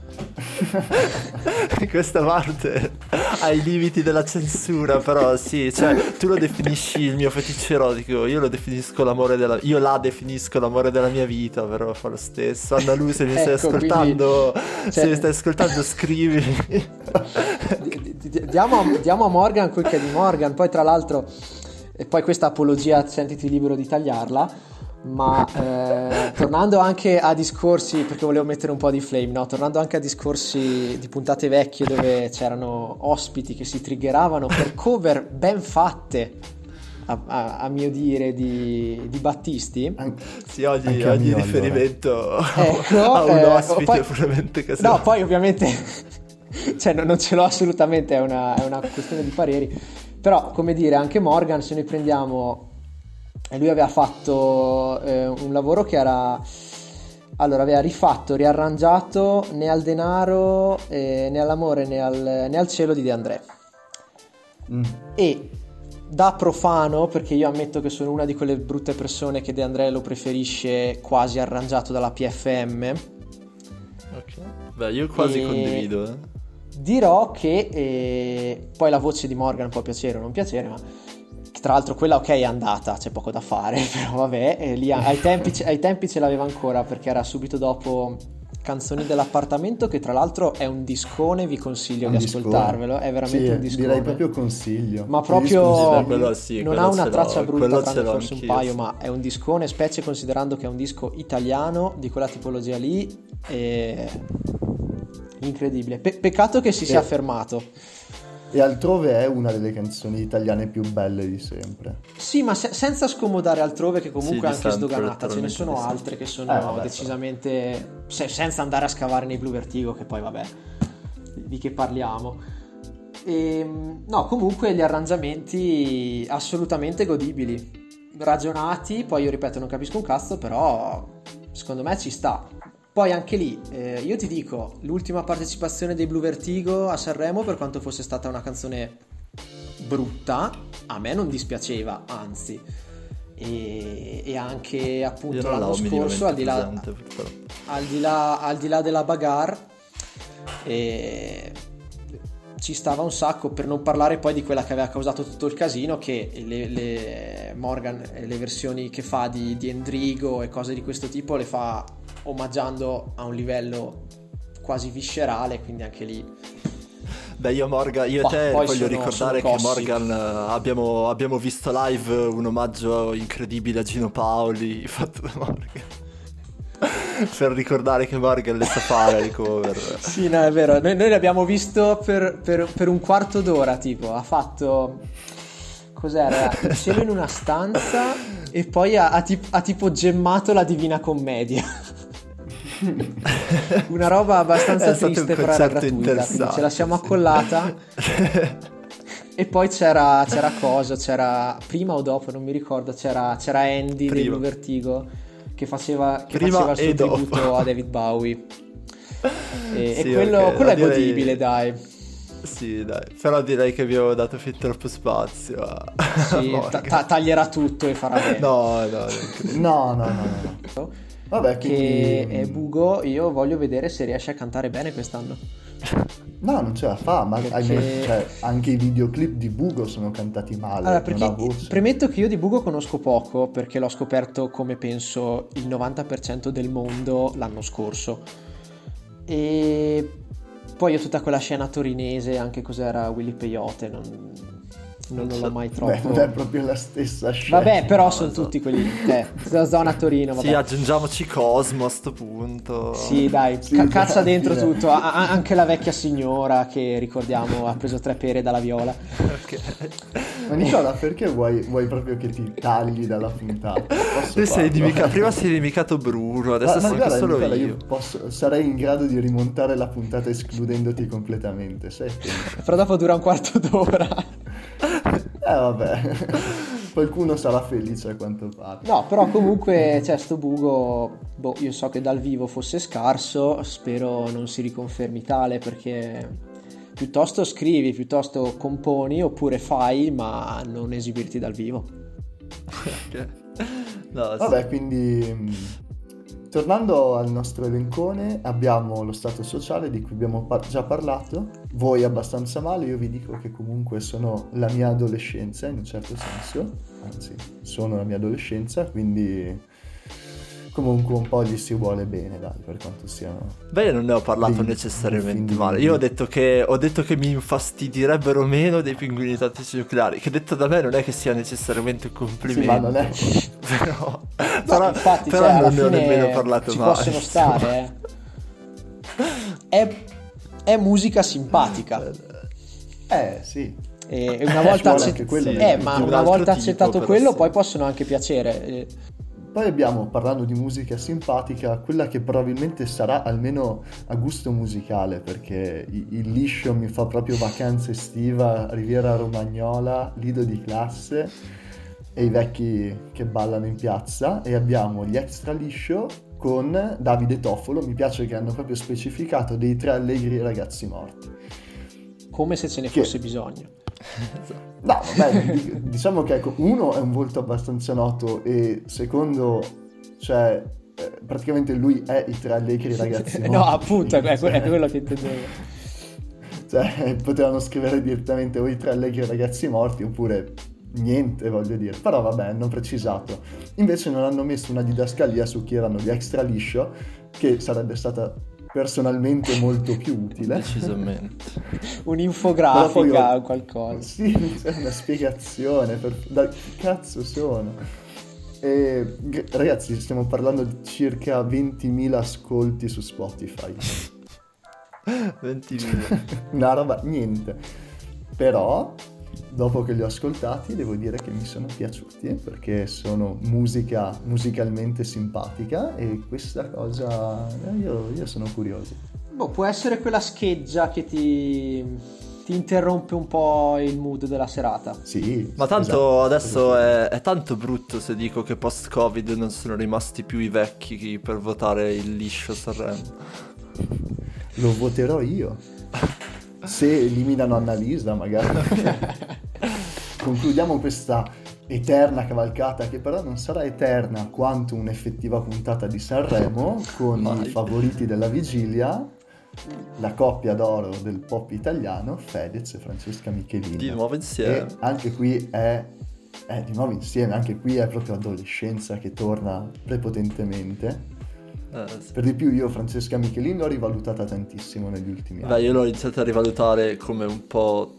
Questa parte ai limiti della censura, però sì, cioè tu lo definisci il mio feticcio erotico, io la definisco l'amore della mia vita, però fa lo stesso. Anna Lu, se mi stai ascoltando, se mi stai ascoltando, scrivi. Diamo a Morgan quel che è di Morgan. Poi tra l'altro, e poi questa apologia sentiti libero di tagliarla, ma tornando anche a discorsi, perché volevo mettere un po' di flame, no? Tornando anche a discorsi di puntate vecchie dove c'erano ospiti che si triggeravano per cover ben fatte, a mio dire, di Battisti. Sì, ogni riferimento a un ospite puramente casuale. No, poi ovviamente cioè non ce l'ho assolutamente, è una questione di pareri, però come dire, anche Morgan, se noi prendiamo, e lui aveva fatto un lavoro che era, allora aveva rifatto, riarrangiato Né al denaro, né all'amore né al cielo di De André. E da profano, perché io ammetto che sono una di quelle brutte persone che De André lo preferisce quasi arrangiato dalla PFM, ok, beh, io quasi condivido, dirò che poi la voce di Morgan può piacere o non piacere, ma tra l'altro quella ok è andata, c'è poco da fare, però vabbè, lì ai tempi ce l'aveva ancora, perché era subito dopo Canzoni dell'appartamento, che tra l'altro è un discone, vi consiglio di ascoltarvelo, è veramente un discone, direi proprio consiglio, ma proprio sì, non ha una traccia brutta, tranne forse un paio, sì. Ma è un discone, specie considerando che è un disco italiano di quella tipologia lì, incredibile. Peccato che si sia fermato. E Altrove è una delle canzoni italiane più belle di sempre. Sì, ma senza scomodare Altrove, che comunque è Sì, di anche sempre, sdoganata, ce ne letteralmente sono di sempre. altre che sono Vabbè, decisamente... senza andare a scavare nei Blue Vertigo, che poi vabbè, di che parliamo. No, comunque gli arrangiamenti assolutamente godibili, ragionati, poi io ripeto non capisco un cazzo, però secondo me ci sta. Poi anche lì, io ti dico, l'ultima partecipazione dei Blue Vertigo a Sanremo, per quanto fosse stata una canzone brutta, a me non dispiaceva, anzi. E anche appunto l'anno scorso, al di là della bagarre, ci stava un sacco, per non parlare poi di quella che aveva causato tutto il casino, che Morgan, le versioni che fa di Endrigo e cose di questo tipo le fa omaggiando a un livello quasi viscerale, quindi anche lì. Beh, io e te voglio ricordare che cossi. Morgan abbiamo visto live un omaggio incredibile a Gino Paoli fatto da Morgan. Per ricordare che Morgan le sa fare le cover. Sì, no, è vero, noi l'abbiamo visto per un quarto d'ora, tipo, ha fatto... Cos'era? Il cielo in una stanza e poi ha tipo gemmato la Divina Commedia. Una roba abbastanza triste, però era gratuita, quindi ce la siamo accollata. E poi c'era prima o dopo, non mi ricordo, c'era Andy dei Blue Vertigo che faceva il suo tributo a David Bowie. E quello è godibile, dai. Sì, dai, però direi che abbiamo dato fin troppo spazio a sì, taglierà tutto e farà bene. No. Vabbè, che è Bugo, io voglio vedere se riesce a cantare bene quest'anno. No, non ce la fa, ma anche i videoclip di Bugo sono cantati male. Allora, perché premetto che io di Bugo conosco poco, perché l'ho scoperto, come penso il 90% del mondo, l'anno scorso. E poi ho tutta quella scena torinese, anche cos'era Willy Peyote, non l'ho mai troppo. Beh, non è proprio la stessa scena. Vabbè, però sono tutti quelli della zona Torino. Vabbè. Sì, aggiungiamoci Cosmo a sto punto. Sì, dai, caccia dentro tutto. Anche la vecchia signora che ricordiamo ha preso 3 pere dalla viola. Okay. Ma Nicola, perché vuoi proprio che ti tagli dalla puntata? Prima sei dimenticato Bruno, adesso sono anche solo Nicola, io. Sarei in grado di rimontare la puntata escludendoti completamente. Però dopo dura un quarto d'ora. Vabbè, qualcuno sarà felice a quanto pare. No, però comunque sto Bugo, io so che dal vivo fosse scarso, spero non si riconfermi tale, perché piuttosto scrivi, piuttosto componi, oppure fai, ma non esibirti dal vivo. Okay. No, vabbè, quindi tornando al nostro elencone, abbiamo lo stato sociale di cui abbiamo già parlato. Voi abbastanza male, io vi dico che comunque sono la mia adolescenza in un certo senso, anzi sono la mia adolescenza, quindi comunque un po' gli si vuole bene, dai, per quanto siano. Beh, io non ne ho parlato necessariamente male. Io ho detto che mi infastidirebbero meno dei pinguini tattici nucleari, che detto da me non è che sia necessariamente un complimento. Sì, ma non è. però infatti, però alla non ne ho fine nemmeno parlato ci male. Possono stare. È musica simpatica. Sì. E una volta una volta accettato tipo, quello, sì. Poi possono anche piacere. Poi abbiamo, parlando di musica simpatica, quella che probabilmente sarà almeno a gusto musicale, perché il liscio mi fa proprio vacanza estiva, Riviera Romagnola, Lido di classe e i vecchi che ballano in piazza, e abbiamo gli Extra Liscio con Davide Toffolo. Mi piace che hanno proprio specificato dei 3 allegri ragazzi morti. Come se ce ne fosse bisogno. No, vabbè, diciamo che uno è un volto abbastanza noto e secondo, praticamente lui è i 3 allegri ragazzi morti. No, appunto, è quello che intendevo. Potevano scrivere direttamente o i 3 allegri ragazzi morti oppure niente, voglio dire. Però vabbè, hanno precisato. Invece non hanno messo una didascalia su chi erano gli Extra Liscio, che sarebbe stata personalmente molto più utile. Decisamente. Un'infografica o qualcosa. Sì, c'è una spiegazione da che cazzo sono. E, ragazzi, stiamo parlando di circa 20.000 ascolti su Spotify. 20.000. Una roba, niente. Però dopo che li ho ascoltati devo dire che mi sono piaciuti perché sono musica musicalmente simpatica e questa cosa io sono curioso. Boh, può essere quella scheggia che ti interrompe un po' il mood della serata. Sì, Ma tanto esatto, adesso esatto. è tanto brutto se dico che post-Covid non sono rimasti più i vecchi per votare il liscio Sanremo. Lo voterò io. Se eliminano Annalisa magari. Concludiamo questa eterna cavalcata, che però non sarà eterna quanto un'effettiva puntata di Sanremo, con Mai. i favoriti della vigilia, la coppia d'oro del pop italiano, Fedez e Francesca Michelin. Di nuovo E insieme. anche qui è di nuovo insieme, anche qui è proprio adolescenza che torna prepotentemente. Sì. Per di più io Francesca Michelin l'ho rivalutata tantissimo negli ultimi Beh, anni. io l'ho iniziato a rivalutare come un po',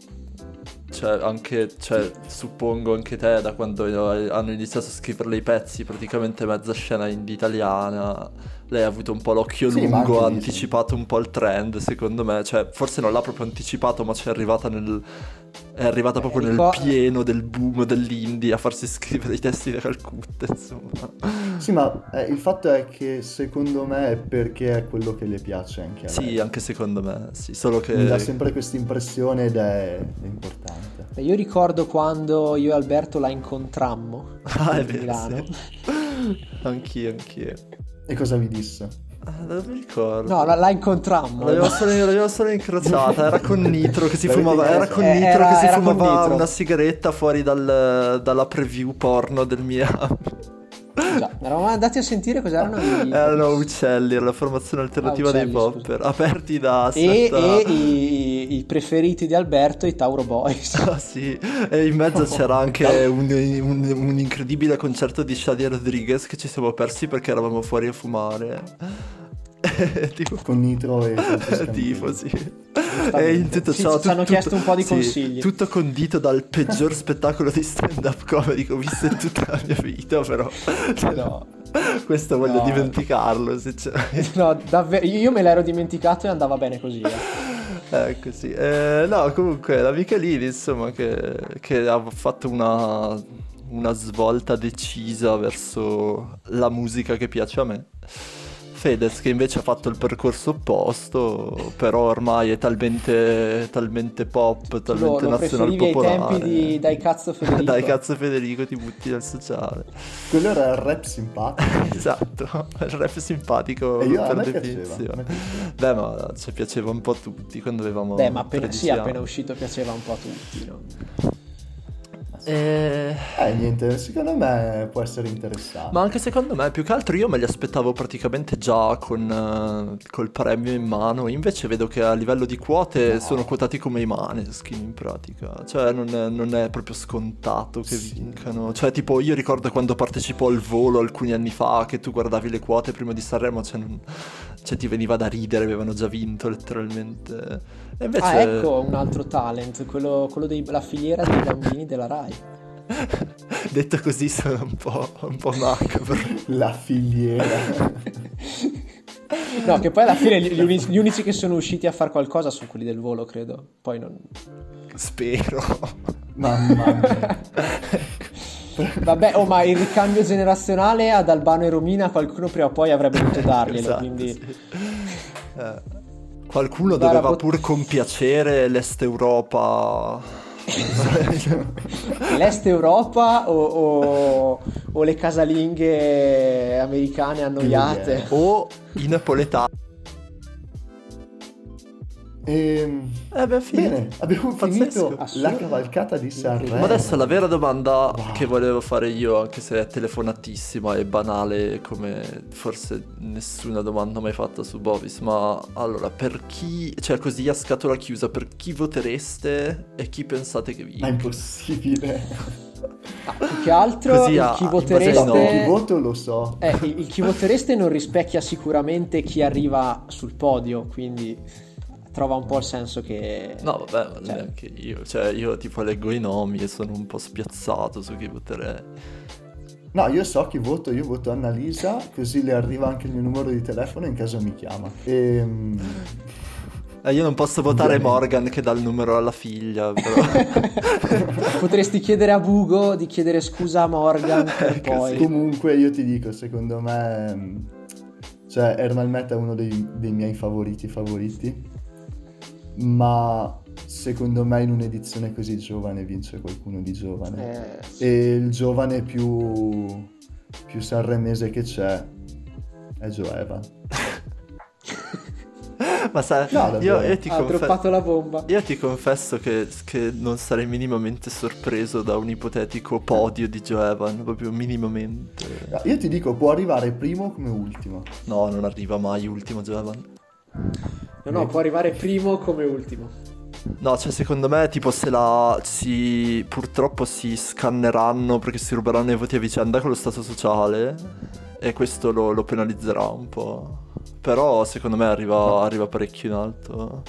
suppongo anche te, da quando hanno iniziato a scriverle i pezzi, praticamente mezza scena indie italiana. Lei ha avuto un po' l'occhio Sì, ma lungo, anche ha lì, sì. anticipato un po' il trend, secondo me. Cioè, forse non l'ha proprio anticipato, ma è arrivata proprio nel pieno del boom dell'indie a farsi scrivere i testi da Calcutta, insomma. Sì, ma il fatto è che secondo me è perché è quello che le piace anche a lei. Sì, anche secondo me, sì, solo che... Mi dà sempre questa impressione ed è importante. Io ricordo quando io e Alberto la incontrammo Ah, a è vero, Milano. sì. Anch'io. E cosa vi disse? Non mi ricordo. No, la incontrammo. L'avevo solo incrociata, era con Nitro che si L'avete fumava, era con incrociata? Nitro che si Era con fumava Nitro. una sigaretta fuori dalla preview porno del mio. Già, eravamo andati a sentire cos'erano Erano Uccelli, era la formazione alternativa dei Uccelli, popper, aperti da e aspetta. i preferiti di Alberto, i Tauro Boys. Ah sì, e in mezzo c'era anche un incredibile concerto di Shadi Rodriguez che ci siamo persi perché eravamo fuori a fumare. Tipo, Con Nitro e Francesca tipo, Michelin. sì. E in tutto Sì, ciò ci hanno chiesto un po' di consigli. tutto condito dal peggior spettacolo di stand-up comedy che ho visto in tutta la mia vita, però No. questo voglio No. dimenticarlo, sinceramente. No, davvero, io me l'ero dimenticato e andava bene così. Ecco, sì. No, comunque la Michelini, insomma, che ha fatto una svolta decisa verso la musica che piace a me. Fedez che invece ha fatto il percorso opposto, però ormai è talmente pop, talmente Lo nazional preferivi ai popolare. tempi di Dai cazzo Federico. Dai cazzo Federico, ti butti nel sociale. Quello era il rap simpatico. Esatto, il rap simpatico E io, a per me piaceva, definizione. a me piaceva. Beh, ma ci piaceva un po' a tutti quando avevamo Beh, ma appena 13 anni. appena uscito piaceva un po' a tutti, no? Niente, secondo me può essere interessante. Ma anche secondo me, più che altro io me li aspettavo praticamente già col premio in mano. Invece vedo che a livello di quote sono quotati come i Maneskin in pratica. Cioè non è proprio scontato che vincano. Cioè tipo io ricordo quando partecipò al Volo alcuni anni fa che tu guardavi le quote prima di Sanremo, cioè ti veniva da ridere, avevano già vinto letteralmente. E invece... Ah, ecco un altro talent, quello della filiera dei bambini della Rai. Detto così sono un po' macabro. La filiera. No, che poi alla fine gli unici che sono usciti a fare qualcosa sono quelli del Volo, credo. Poi non... Spero. Mamma mia. Vabbè, ma il ricambio generazionale ad Albano e Romina qualcuno prima o poi avrebbe dovuto darglielo, Esatto, quindi... sì. Qualcuno Guarda, doveva pur compiacere l'Est Europa. L'Est Europa o le casalinghe americane annoiate. O i napoletani. Beh, fine. Bene, abbiamo Pazzesco. finito la cavalcata di Sanremo. Ma adesso la vera domanda che volevo fare io, anche se è telefonatissima e banale come forse nessuna domanda mai fatta su Bovis, ma allora per chi, cioè così a scatola chiusa, per chi votereste e chi pensate che Ma è vinca? impossibile. Più che altro Così il chi in base ai votereste... nomi. Chi voto lo so. Il chi votereste non rispecchia sicuramente chi arriva sul podio, quindi trova un po' il senso che... No, vabbè, ma neanche io. Cioè, io tipo leggo i nomi e sono un po' spiazzato su chi voterei. No, io so chi voto, io voto Annalisa, così le arriva anche il mio numero di telefono in caso mi chiama. Io non posso votare Ovviamente. Morgan che dà il numero alla figlia, però. Potresti chiedere a Bugo di chiedere scusa a Morgan per Così. poi. Comunque io ti dico, secondo me, cioè Ermal Met è uno dei miei favoriti, ma secondo me in un'edizione così giovane vince qualcuno di giovane. E il giovane più sanremese che c'è è Joe Evan. Ma sai, No, davvero. io ti Ha droppato la bomba. Io ti confesso che non sarei minimamente sorpreso da un ipotetico podio di Joe Evan, proprio minimamente. Io ti dico, può arrivare primo come ultimo. No, non arriva mai ultimo Joe Evan. No, può arrivare primo come ultimo. No, cioè secondo me tipo purtroppo si scanneranno perché si ruberanno i voti a vicenda con lo stato sociale e questo lo penalizzerà un po'. Però secondo me arriva parecchio in alto.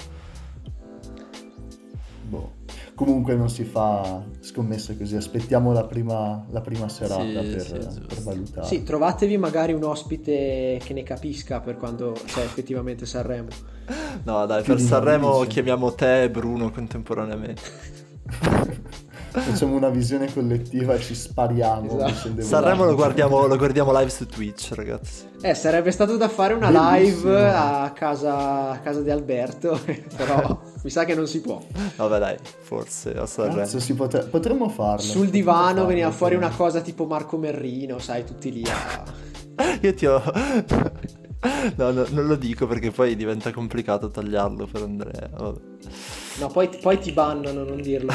Boh. Comunque non si fa scommesse così, aspettiamo la prima serata per valutare. Sì, trovatevi magari un ospite che ne capisca per quando c'è effettivamente Sanremo. No dai, Più per di Sanremo 9 dici. chiamiamo te e Bruno contemporaneamente. Facciamo una visione collettiva e ci spariamo. Esatto. vicende Sanremo volanti. lo guardiamo live su Twitch, ragazzi. Sarebbe stato da fare una Bellissimo. live a casa di Alberto, però mi sa che non si può. Vabbè dai, forse a Sanremo. Cazzo, potremmo farlo. Sul divano veniva fuori una cosa tipo Marco Merrino, sai, tutti lì a... Io ti ho... No, non lo dico perché poi diventa complicato tagliarlo per Andrea. Vabbè. No, poi ti bannano, non dirlo.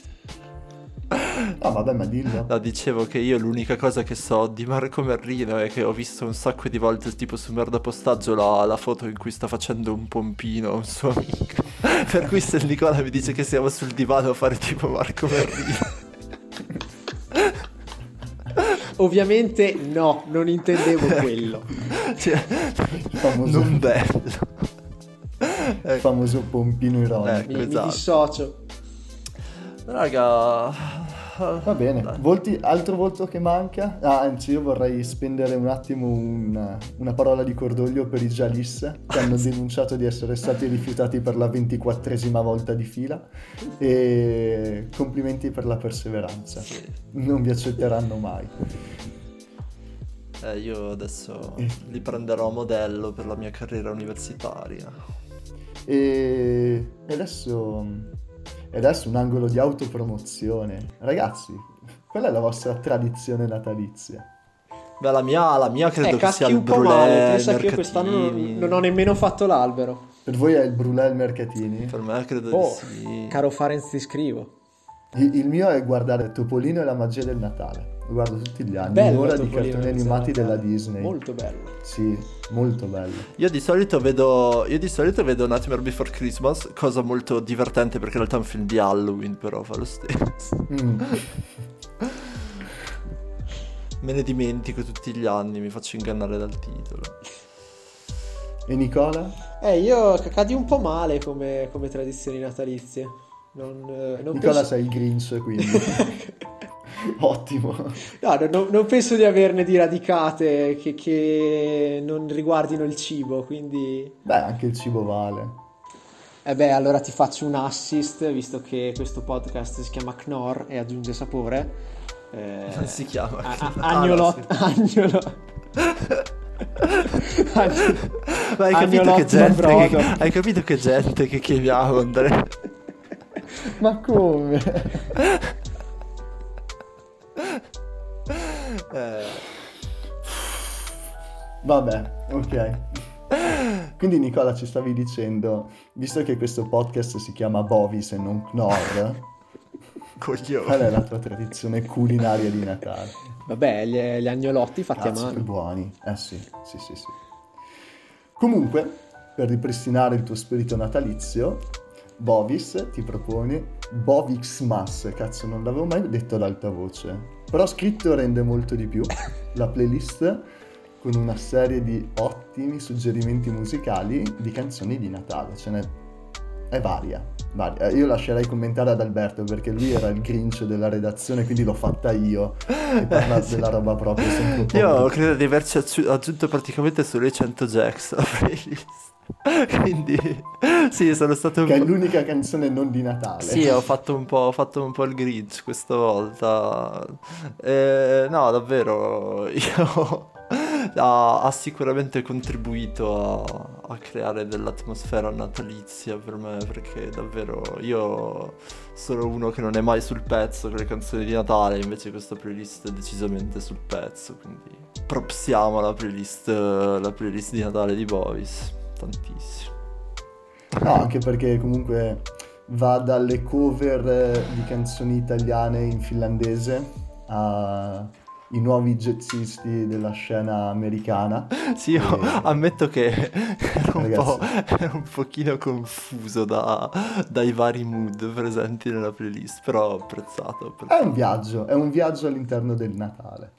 Ah, vabbè, ma dillo. No, dicevo che io l'unica cosa che so di Marco Merrino è che ho visto un sacco di volte tipo su Merda Postaggio la foto in cui sta facendo un pompino a un suo amico. Per cui se Nicola mi dice che siamo sul divano a fare tipo Marco Merrino. Ovviamente no, non intendevo quello. Cioè, Famoso. non bello. Il famoso pompino ironico. Ecco, Mi esatto. dissocio. Raga... Va bene, altro volto che manca? Anzi, io vorrei spendere un attimo una parola di cordoglio per i Jalis che hanno denunciato di essere stati rifiutati per la 24esima volta di fila e complimenti per la perseveranza. Non vi accetteranno mai. Io adesso li prenderò a modello per la mia carriera universitaria. E adesso un angolo di autopromozione. Ragazzi, qual è la vostra tradizione natalizia? Beh, la mia credo che sia Caschi il un po' male, brulè, pensa i che io quest'anno mercatini. non ho nemmeno fatto l'albero. Per voi è il brulè al mercatini? Per me credo Oh, di sì. caro Farenz ti scrivo. Il mio è guardare Topolino e la magia del Natale. Lo guardo tutti gli anni. Bello Un'ora di Topolino, cartoni questa animati Natale. della Disney. Molto bello. Sì, molto bello. Io di solito vedo Nightmare Before Christmas, cosa molto divertente perché in realtà è un film di Halloween, però fa lo stesso. Me ne dimentico tutti gli anni, mi faccio ingannare dal titolo. E Nicola? Io cadi un po' male come tradizioni natalizie. Non Nicola penso... sei il Grinch, quindi. Ottimo. No, non penso di averne di radicate che non riguardino il cibo, quindi... Beh, anche il cibo vale. Allora ti faccio un assist, visto che questo podcast si chiama Knorr e aggiunge sapore. Non si chiama Agnolotti. Ma hai capito che gente che chiamiamo, Andrea? Ma come? Vabbè, ok. Quindi Nicola ci stavi dicendo, visto che questo podcast si chiama Bovis e non Knorr, Coglione. qual è la tua tradizione culinaria di Natale? Vabbè, gli agnolotti fatti a Cazzo, che mano. buoni. Sì. Comunque, per ripristinare il tuo spirito natalizio, Bovis ti propone Bovixmas. Cazzo, non l'avevo mai detto ad alta voce. Però scritto rende molto di più. La playlist con una serie di ottimi suggerimenti musicali di canzoni di Natale. È varia. Io lascerei commentare ad Alberto perché lui era il Grinch della redazione, quindi l'ho fatta io e parla della roba proprio sempre un po'. Io credo di averci aggiunto praticamente solo i 100 Jacks alla playlist. Quindi sì, sono stato un Che è po'... l'unica canzone non di Natale. Sì, ho fatto un po' il Grinch questa volta. No, davvero, io ha sicuramente contribuito a creare dell'atmosfera natalizia per me, perché davvero io sono uno che non è mai sul pezzo con le canzoni di Natale, invece questa playlist è decisamente sul pezzo, quindi propsiamo la playlist di Natale di Bovis, tantissimo. No, anche perché comunque va dalle cover di canzoni italiane in finlandese ai nuovi jazzisti della scena americana. Sì, io ammetto che Ragazzi, ero un pochino confuso dai vari mood presenti nella playlist, però ho apprezzato. è un viaggio all'interno del Natale.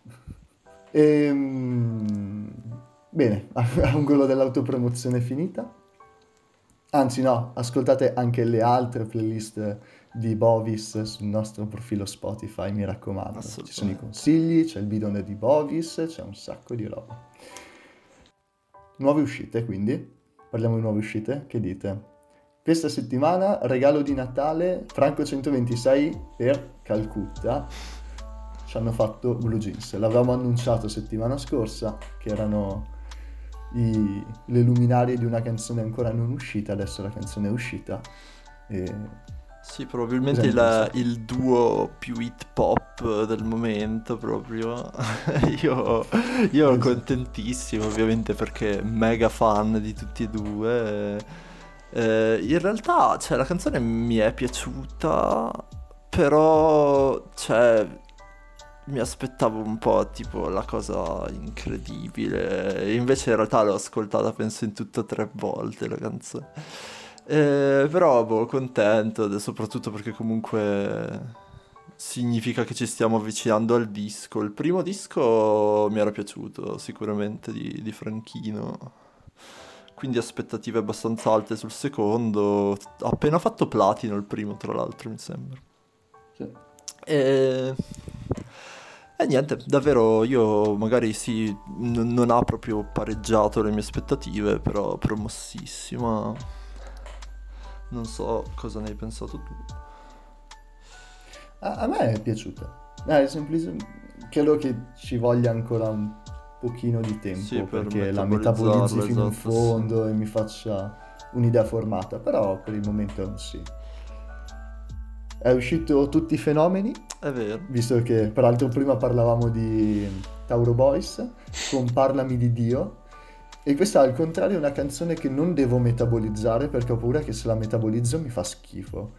Bene, angolo dell'autopromozione finita. Anzi no, ascoltate anche le altre playlist di Bovis sul nostro profilo Spotify, mi raccomando. Ci sono i consigli, c'è il bidone di Bovis, c'è un sacco di roba. Nuove uscite, quindi? Parliamo di nuove uscite? Che dite? Questa settimana, regalo di Natale, Franco 126 per Calcutta. Ci hanno fatto Blue Jeans. L'avevamo annunciato settimana scorsa, che erano le luminarie di una canzone ancora non uscita, adesso la canzone è uscita. Sì, probabilmente il duo più hit pop del momento proprio. Io contentissimo, ovviamente, perché mega fan di tutti e due. In realtà, cioè, la canzone mi è piaciuta, però, cioè, mi aspettavo un po' tipo la cosa incredibile, invece in realtà l'ho ascoltata penso in tutto 3 volte la canzone. Però boh, contento, soprattutto perché comunque significa che ci stiamo avvicinando al disco. Il primo disco mi era piaciuto sicuramente di Franchino, quindi aspettative abbastanza alte sul secondo. Ha appena fatto platino il primo, tra l'altro, mi sembra. Sì. E niente, davvero io magari sì, non ha proprio pareggiato le mie aspettative, però promossissima. Non so cosa ne hai pensato tu. A me è piaciuta. Credo che ci voglia ancora un pochino di tempo, Sì, per perché la metabolizzi metabolizzarla, fino in esatto, fondo e mi faccia un'idea formata, però per il momento è un sì. È uscito Tutti i fenomeni, È vero. visto che peraltro prima parlavamo di Tauro Boys, con Parlami di Dio, e questa al contrario è una canzone che non devo metabolizzare perché ho paura che se la metabolizzo mi fa schifo.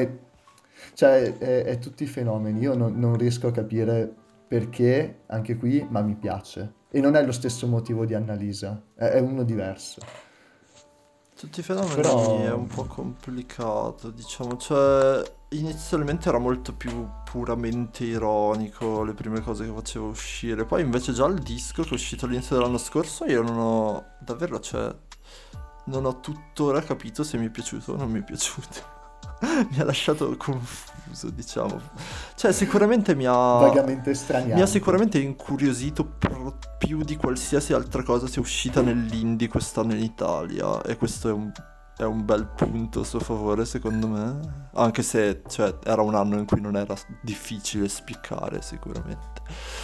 Cioè è Tutti i fenomeni, io non riesco a capire perché, anche qui, ma mi piace. E non è lo stesso motivo di Annalisa, è uno diverso. Tutti i fenomeni Però- è un po' complicato, diciamo, cioè inizialmente era molto più puramente ironico le prime cose che faceva uscire, poi invece già il disco che è uscito all'inizio dell'anno scorso io non ho, davvero, cioè, non ho tuttora capito se mi è piaciuto o non mi è piaciuto. Mi ha lasciato confuso, diciamo. Cioè sicuramente Vagamente straniante. mi ha sicuramente incuriosito più di qualsiasi altra cosa sia uscita nell'indie quest'anno in Italia, e questo è un bel punto a suo favore secondo me, anche se cioè, era un anno in cui non era difficile spiccare sicuramente.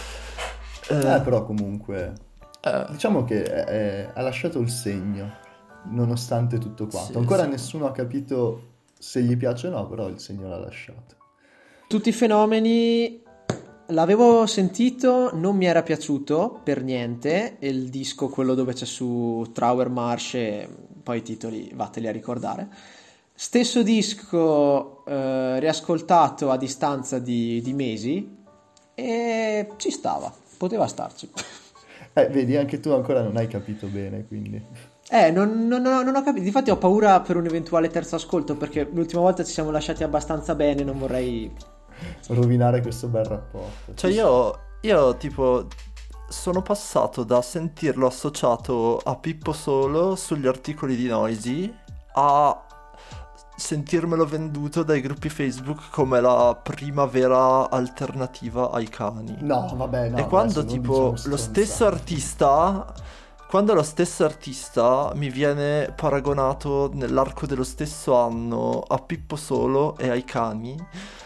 Però comunque diciamo che ha lasciato il segno, nonostante tutto quanto. Sì, Ancora sì. nessuno ha capito se gli piace o no, però il segno l'ha lasciato. Tutti i fenomeni l'avevo sentito, non mi era piaciuto per niente, e il disco, quello dove c'è su Trauermarsch, e poi i titoli vatteli a ricordare. Stesso disco riascoltato a distanza di mesi e ci stava, poteva starci. Vedi, anche tu ancora non hai capito bene, quindi... Non ho capito, difatti ho paura per un eventuale terzo ascolto, perché l'ultima volta ci siamo lasciati abbastanza bene, non vorrei... rovinare questo bel rapporto. Cioè io tipo sono passato da sentirlo associato a Pippo Solo sugli articoli di Noisy a sentirmelo venduto dai gruppi Facebook come la prima vera alternativa ai cani. No, vabbè, no. E quando adesso non tipo diciamo lo stesso stronzate. artista, quando lo stesso artista mi viene paragonato nell'arco dello stesso anno a Pippo Solo e ai Cani,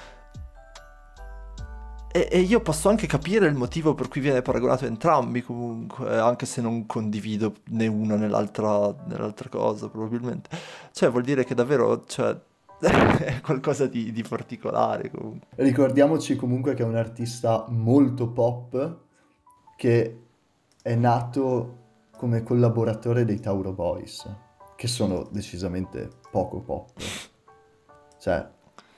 e io posso anche capire il motivo per cui viene paragonato a entrambi comunque, anche se non condivido né una né nell'altra cosa probabilmente. Cioè vuol dire che davvero, cioè, è qualcosa di particolare comunque. Ricordiamoci comunque che è un artista molto pop che è nato come collaboratore dei Tauro Boys, che sono decisamente poco pop. Cioè,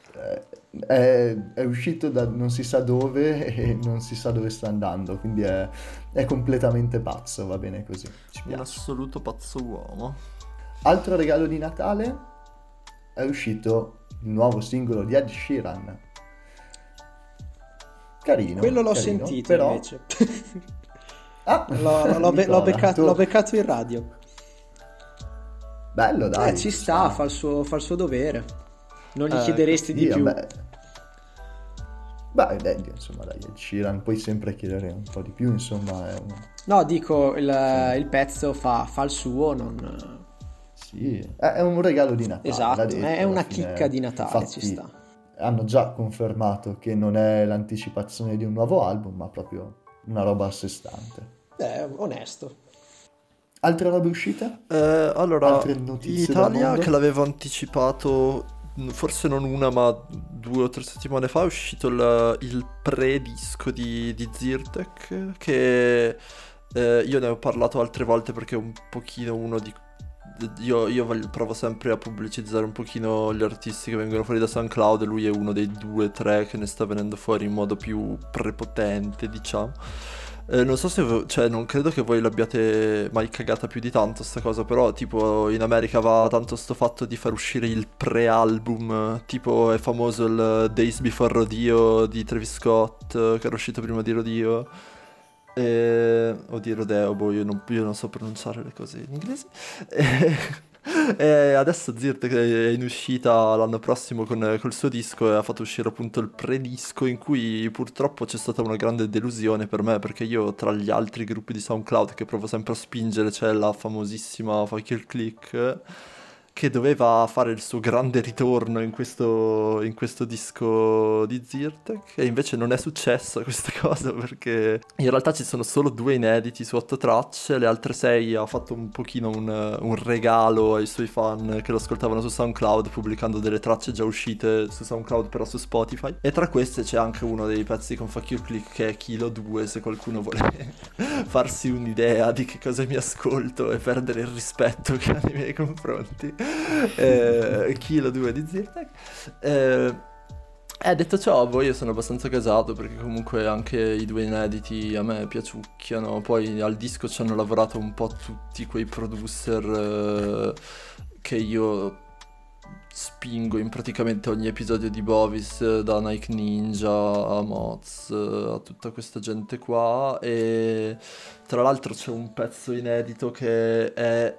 è uscito da non si sa dove e non si sa dove sta andando, quindi è completamente pazzo, va bene così, ci Un piace. assoluto pazzo uomo. Altro regalo di Natale, è uscito il nuovo singolo di Ed Sheeran. Carino. Quello l'ho carino, sentito però... invece. Ah, L'ho Nicola, tu- beccato in radio. Bello, dai. Ci sta, fa il suo dovere. Non gli chiederesti di Sì, più. vabbè. Beh, insomma, dai, Ed Sheeran, puoi sempre chiedere un po' di più, insomma, No, dico, il pezzo fa il suo, non... sì, è un regalo di Natale. Esatto, l'ha detto, è una alla fine. chicca di Natale, Infatti, ci sta. hanno già confermato che non è l'anticipazione di un nuovo album, ma proprio una roba a sé stante. Onesto. Altre robe uscite? Allora, Altre in notizie dal Italia, mondo? che l'avevo anticipato forse non una ma 2 o 3 settimane fa, è uscito il pre-disco di Zyrtec, che io ne ho parlato altre volte perché è un pochino uno di... Io provo sempre a pubblicizzare un pochino gli artisti che vengono fuori da SoundCloud, e lui è uno dei 2-3 che ne sta venendo fuori in modo più prepotente, diciamo. Non so se cioè non credo che voi l'abbiate mai cagata più di tanto sta cosa, però tipo in America va tanto sto fatto di far uscire il pre-album, tipo è famoso il Days Before Rodeo di Travis Scott, che era uscito prima di Rodeo, o di Rodeo, boh, io non so pronunciare le cose in inglese. E adesso Zyrtec è in uscita l'anno prossimo col suo disco, e ha fatto uscire appunto il pre-disco, in cui purtroppo c'è stata una grande delusione per me, perché io tra gli altri gruppi di SoundCloud che provo sempre a spingere c'è la famosissima Fuck Your Click, che doveva fare il suo grande ritorno in questo disco di Zyrtec, e invece non è successa questa cosa, perché in realtà ci sono solo 2 inediti su 8 tracce, le altre 6 ha fatto un pochino un regalo ai suoi fan che lo ascoltavano su SoundCloud, pubblicando delle tracce già uscite su SoundCloud però su Spotify, e tra queste c'è anche uno dei pezzi con Fuck Your Click, che è Kilo 2, se qualcuno vuole farsi un'idea di che cosa mi ascolto e perdere il rispetto che ha nei miei confronti. Kilo 2 di Zyrtec. Detto ciò, poi io sono abbastanza gasato, perché comunque anche i 2 inediti a me piaciucchiano. Poi al disco ci hanno lavorato un po' tutti quei producer che io spingo in praticamente ogni episodio di Bovis, da Nike Ninja a Moz, a tutta questa gente qua. E tra l'altro c'è un pezzo inedito che è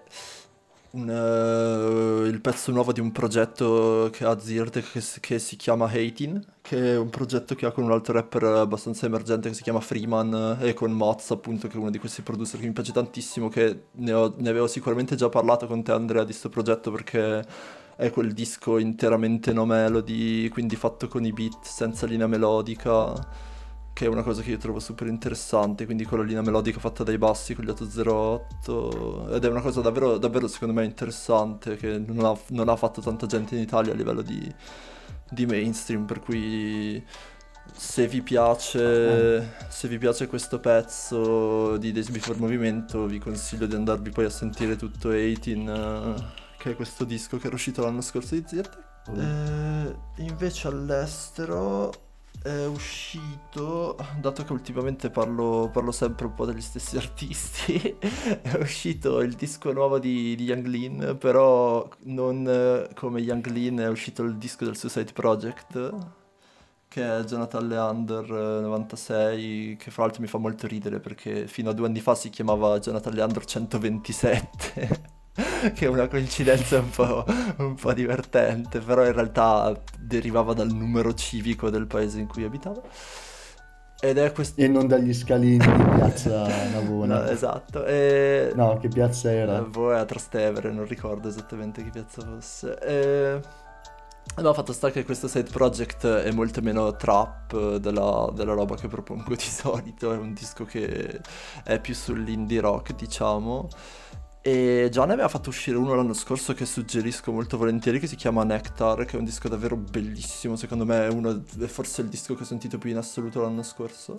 il pezzo nuovo di un progetto che ha Zyrtec, che si chiama Hatin, che è un progetto che ha con un altro rapper abbastanza emergente che si chiama Freeman, e con Moz appunto, che è uno di questi producer che mi piace tantissimo, che ne avevo sicuramente già parlato con te, Andrea, di sto progetto, perché è quel disco interamente no melody, quindi fatto con i beat senza linea melodica, che è una cosa che io trovo super interessante, quindi con la linea melodica fatta dai bassi con gli 808, ed è una cosa davvero, davvero secondo me interessante, che non ha fatto tanta gente in Italia a livello di mainstream, per cui se vi piace questo pezzo di Days Before Movimento, vi consiglio di andarvi poi a sentire tutto 18, che è questo disco che era uscito l'anno scorso di Zyrtec. Invece all'estero è uscito, dato che ultimamente parlo sempre un po' degli stessi artisti, è uscito il disco nuovo di Young Lean, però non come Young Lean, è uscito il disco del Suicide Project, che è Jonathan Leander 96, che fra l'altro mi fa molto ridere perché fino a 2 anni fa si chiamava Jonathan Leander 127. Che è una coincidenza un po' divertente, però in realtà derivava dal numero civico del paese in cui abitava. Ed è questo... E non dagli scalini di Piazza Navona. No, esatto. No, che piazza era? Boh, è a Trastevere, non ricordo esattamente che piazza fosse. No, fatto sta che questo side project è molto meno trap della roba che propongo di solito. È un disco che è più sull'indie rock, diciamo. E già ne aveva fatto uscire uno l'anno scorso che suggerisco molto volentieri, che si chiama Nectar, che è un disco davvero bellissimo. Secondo me è forse il disco che ho sentito più in assoluto l'anno scorso.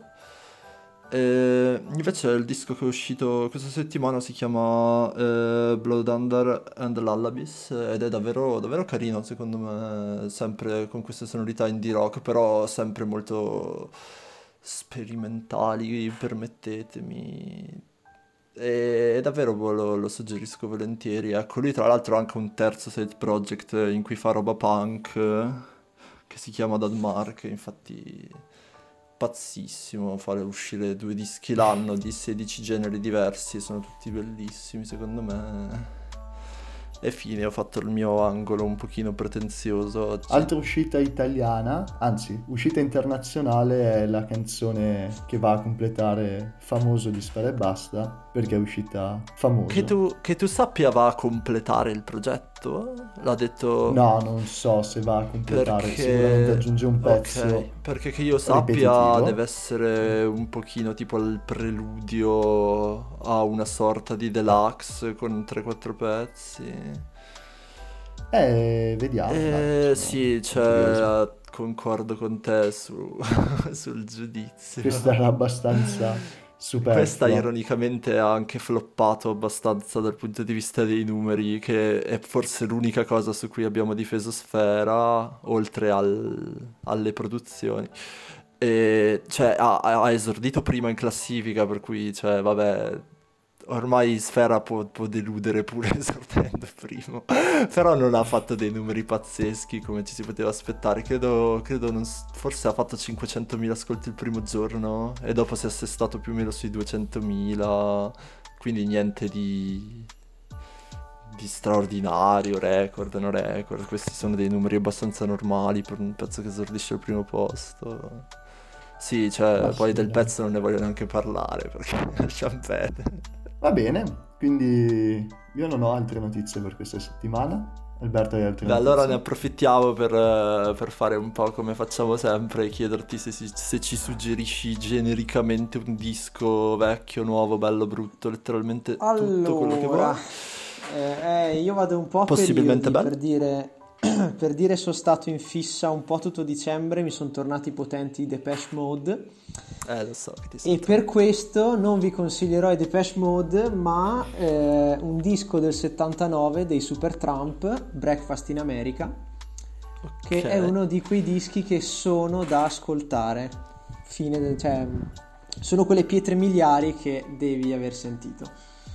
E invece il disco che è uscito questa settimana si chiama Blood Under and Lullabies ed è davvero, davvero carino secondo me, sempre con queste sonorità indie rock, però sempre molto sperimentali, permettetemi. E davvero lo suggerisco volentieri. Ecco, lui tra l'altro ha anche un terzo side project in cui fa roba punk che si chiama Dadmark, infatti pazzissimo fare uscire 2 dischi l'anno di 16 generi diversi, sono tutti bellissimi secondo me. E fine, ho fatto il mio angolo un pochino pretenzioso oggi. Altra uscita italiana, anzi, uscita internazionale è la canzone che va a completare Famoso di Sfera Ebbasta, perché è uscita Famoso. Che tu sappia va a completare il progetto? L'ha detto... No, non so se va a completare, perché... sicuramente aggiunge un pezzo. Ok, perché che io sappia ripetitivo. deve essere un pochino tipo il preludio a una sorta di deluxe con 3-4 pezzi. Vediamo. Dai, Sì, curioso. concordo con te sul giudizio. Questa era abbastanza superflua. Questa ironicamente ha anche floppato abbastanza dal punto di vista dei numeri, che è forse l'unica cosa su cui abbiamo difeso Sfera, oltre alle produzioni. E, cioè, ha esordito prima in classifica, per cui, cioè, vabbè, ormai Sfera può deludere pure esordendo primo. Però non ha fatto dei numeri pazzeschi come ci si poteva aspettare. Credo forse ha fatto 500.000 ascolti il primo giorno e dopo si è assestato più o meno sui 200.000, quindi niente di straordinario, record, no record. Questi sono dei numeri abbastanza normali per un pezzo che esordisce al primo posto. Sì, cioè, poi sì, del dai. pezzo non ne voglio neanche parlare perché lasciamo perdere. Va bene, quindi io non ho altre notizie per questa settimana. Alberto, hai altre Beh, notizie? allora ne approfittiamo per fare un po' come facciamo sempre e chiederti se ci suggerisci genericamente un disco vecchio, nuovo, bello, brutto, letteralmente tutto quello che vuoi. Io vado un po' a Possibilmente periodi, bello. per dire sono stato in fissa un po' tutto dicembre, mi sono tornati i potenti Depeche Mode Lo so che ti e sento. per questo non vi consiglierò i Depeche Mode, ma un disco del 79 dei Supertramp, Breakfast in America, che Ok. è uno di quei dischi che sono da ascoltare. Cioè, sono quelle pietre miliari che devi aver sentito.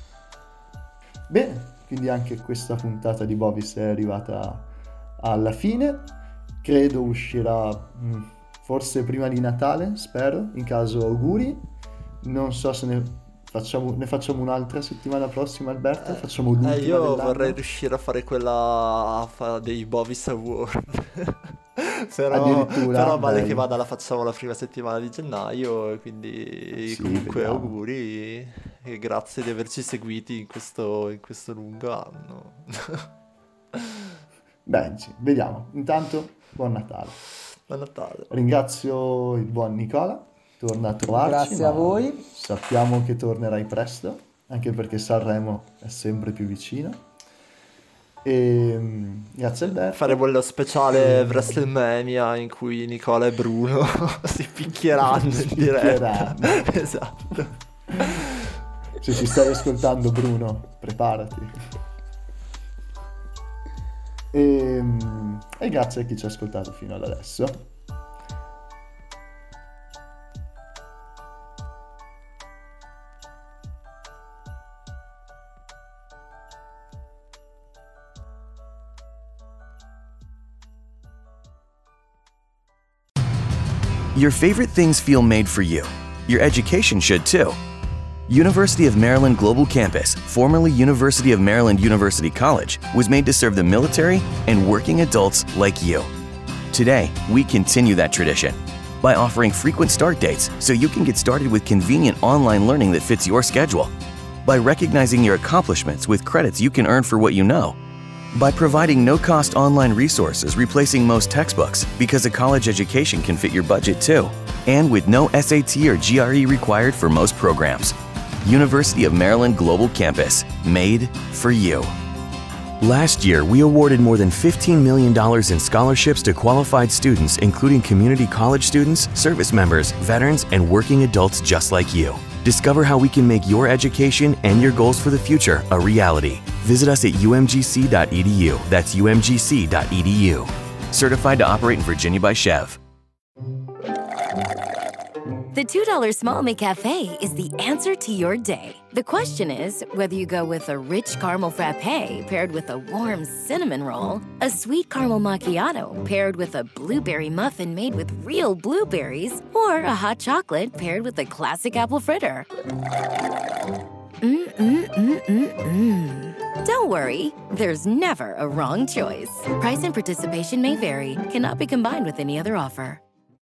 Bene, quindi anche questa puntata di Bovis è arrivata alla fine. Credo uscirà forse prima di Natale, spero, in caso auguri. Non so se ne facciamo un'altra settimana prossima, Alberto. Facciamo l'ultima Io dell'anno. vorrei riuscire a fare quella dei Bovis Award. Addirittura, Però vale bello. che vada, la facciamo la prima settimana di gennaio, e quindi Sì, comunque vediamo. auguri e grazie di averci seguiti in questo lungo anno. Beh, sì, vediamo. Intanto, buon Natale. Buon Natale. Ringrazio il buon Nicola, torna a trovarci. Grazie a ma voi. Sappiamo che tornerai presto, anche perché Sanremo è sempre più vicino. E grazie Alberto. Faremo lo speciale WrestleMania in cui Nicola e Bruno si picchieranno in diretta. picchieranno. Esatto. Se ci stai ascoltando, Bruno, preparati. E grazie a chi ci ha ascoltato fino ad adesso. Your favorite things feel made for you. Your education should too. University of Maryland Global Campus, formerly University of Maryland University College, was made to serve the military and working adults like you. Today, we continue that tradition by offering frequent start dates so you can get started with convenient online learning that fits your schedule, by recognizing your accomplishments with credits you can earn for what you know, by providing no-cost online resources replacing most textbooks because a college education can fit your budget too, and with no SAT or GRE required for most programs. University of Maryland Global Campus, made for you. Last year, we awarded more than $15 million in scholarships to qualified students, including community college students, service members, veterans, and working adults just like you. Discover how we can make your education and your goals for the future a reality. Visit us at umgc.edu. That's umgc.edu. Certified to operate in Virginia by Chev. The $2 Small McCafe is the answer to your day. The question is whether you go with a rich caramel frappe paired with a warm cinnamon roll, a sweet caramel macchiato paired with a blueberry muffin made with real blueberries, or a hot chocolate paired with a classic apple fritter. Don't worry, there's never a wrong choice. Price and participation may vary, cannot be combined with any other offer.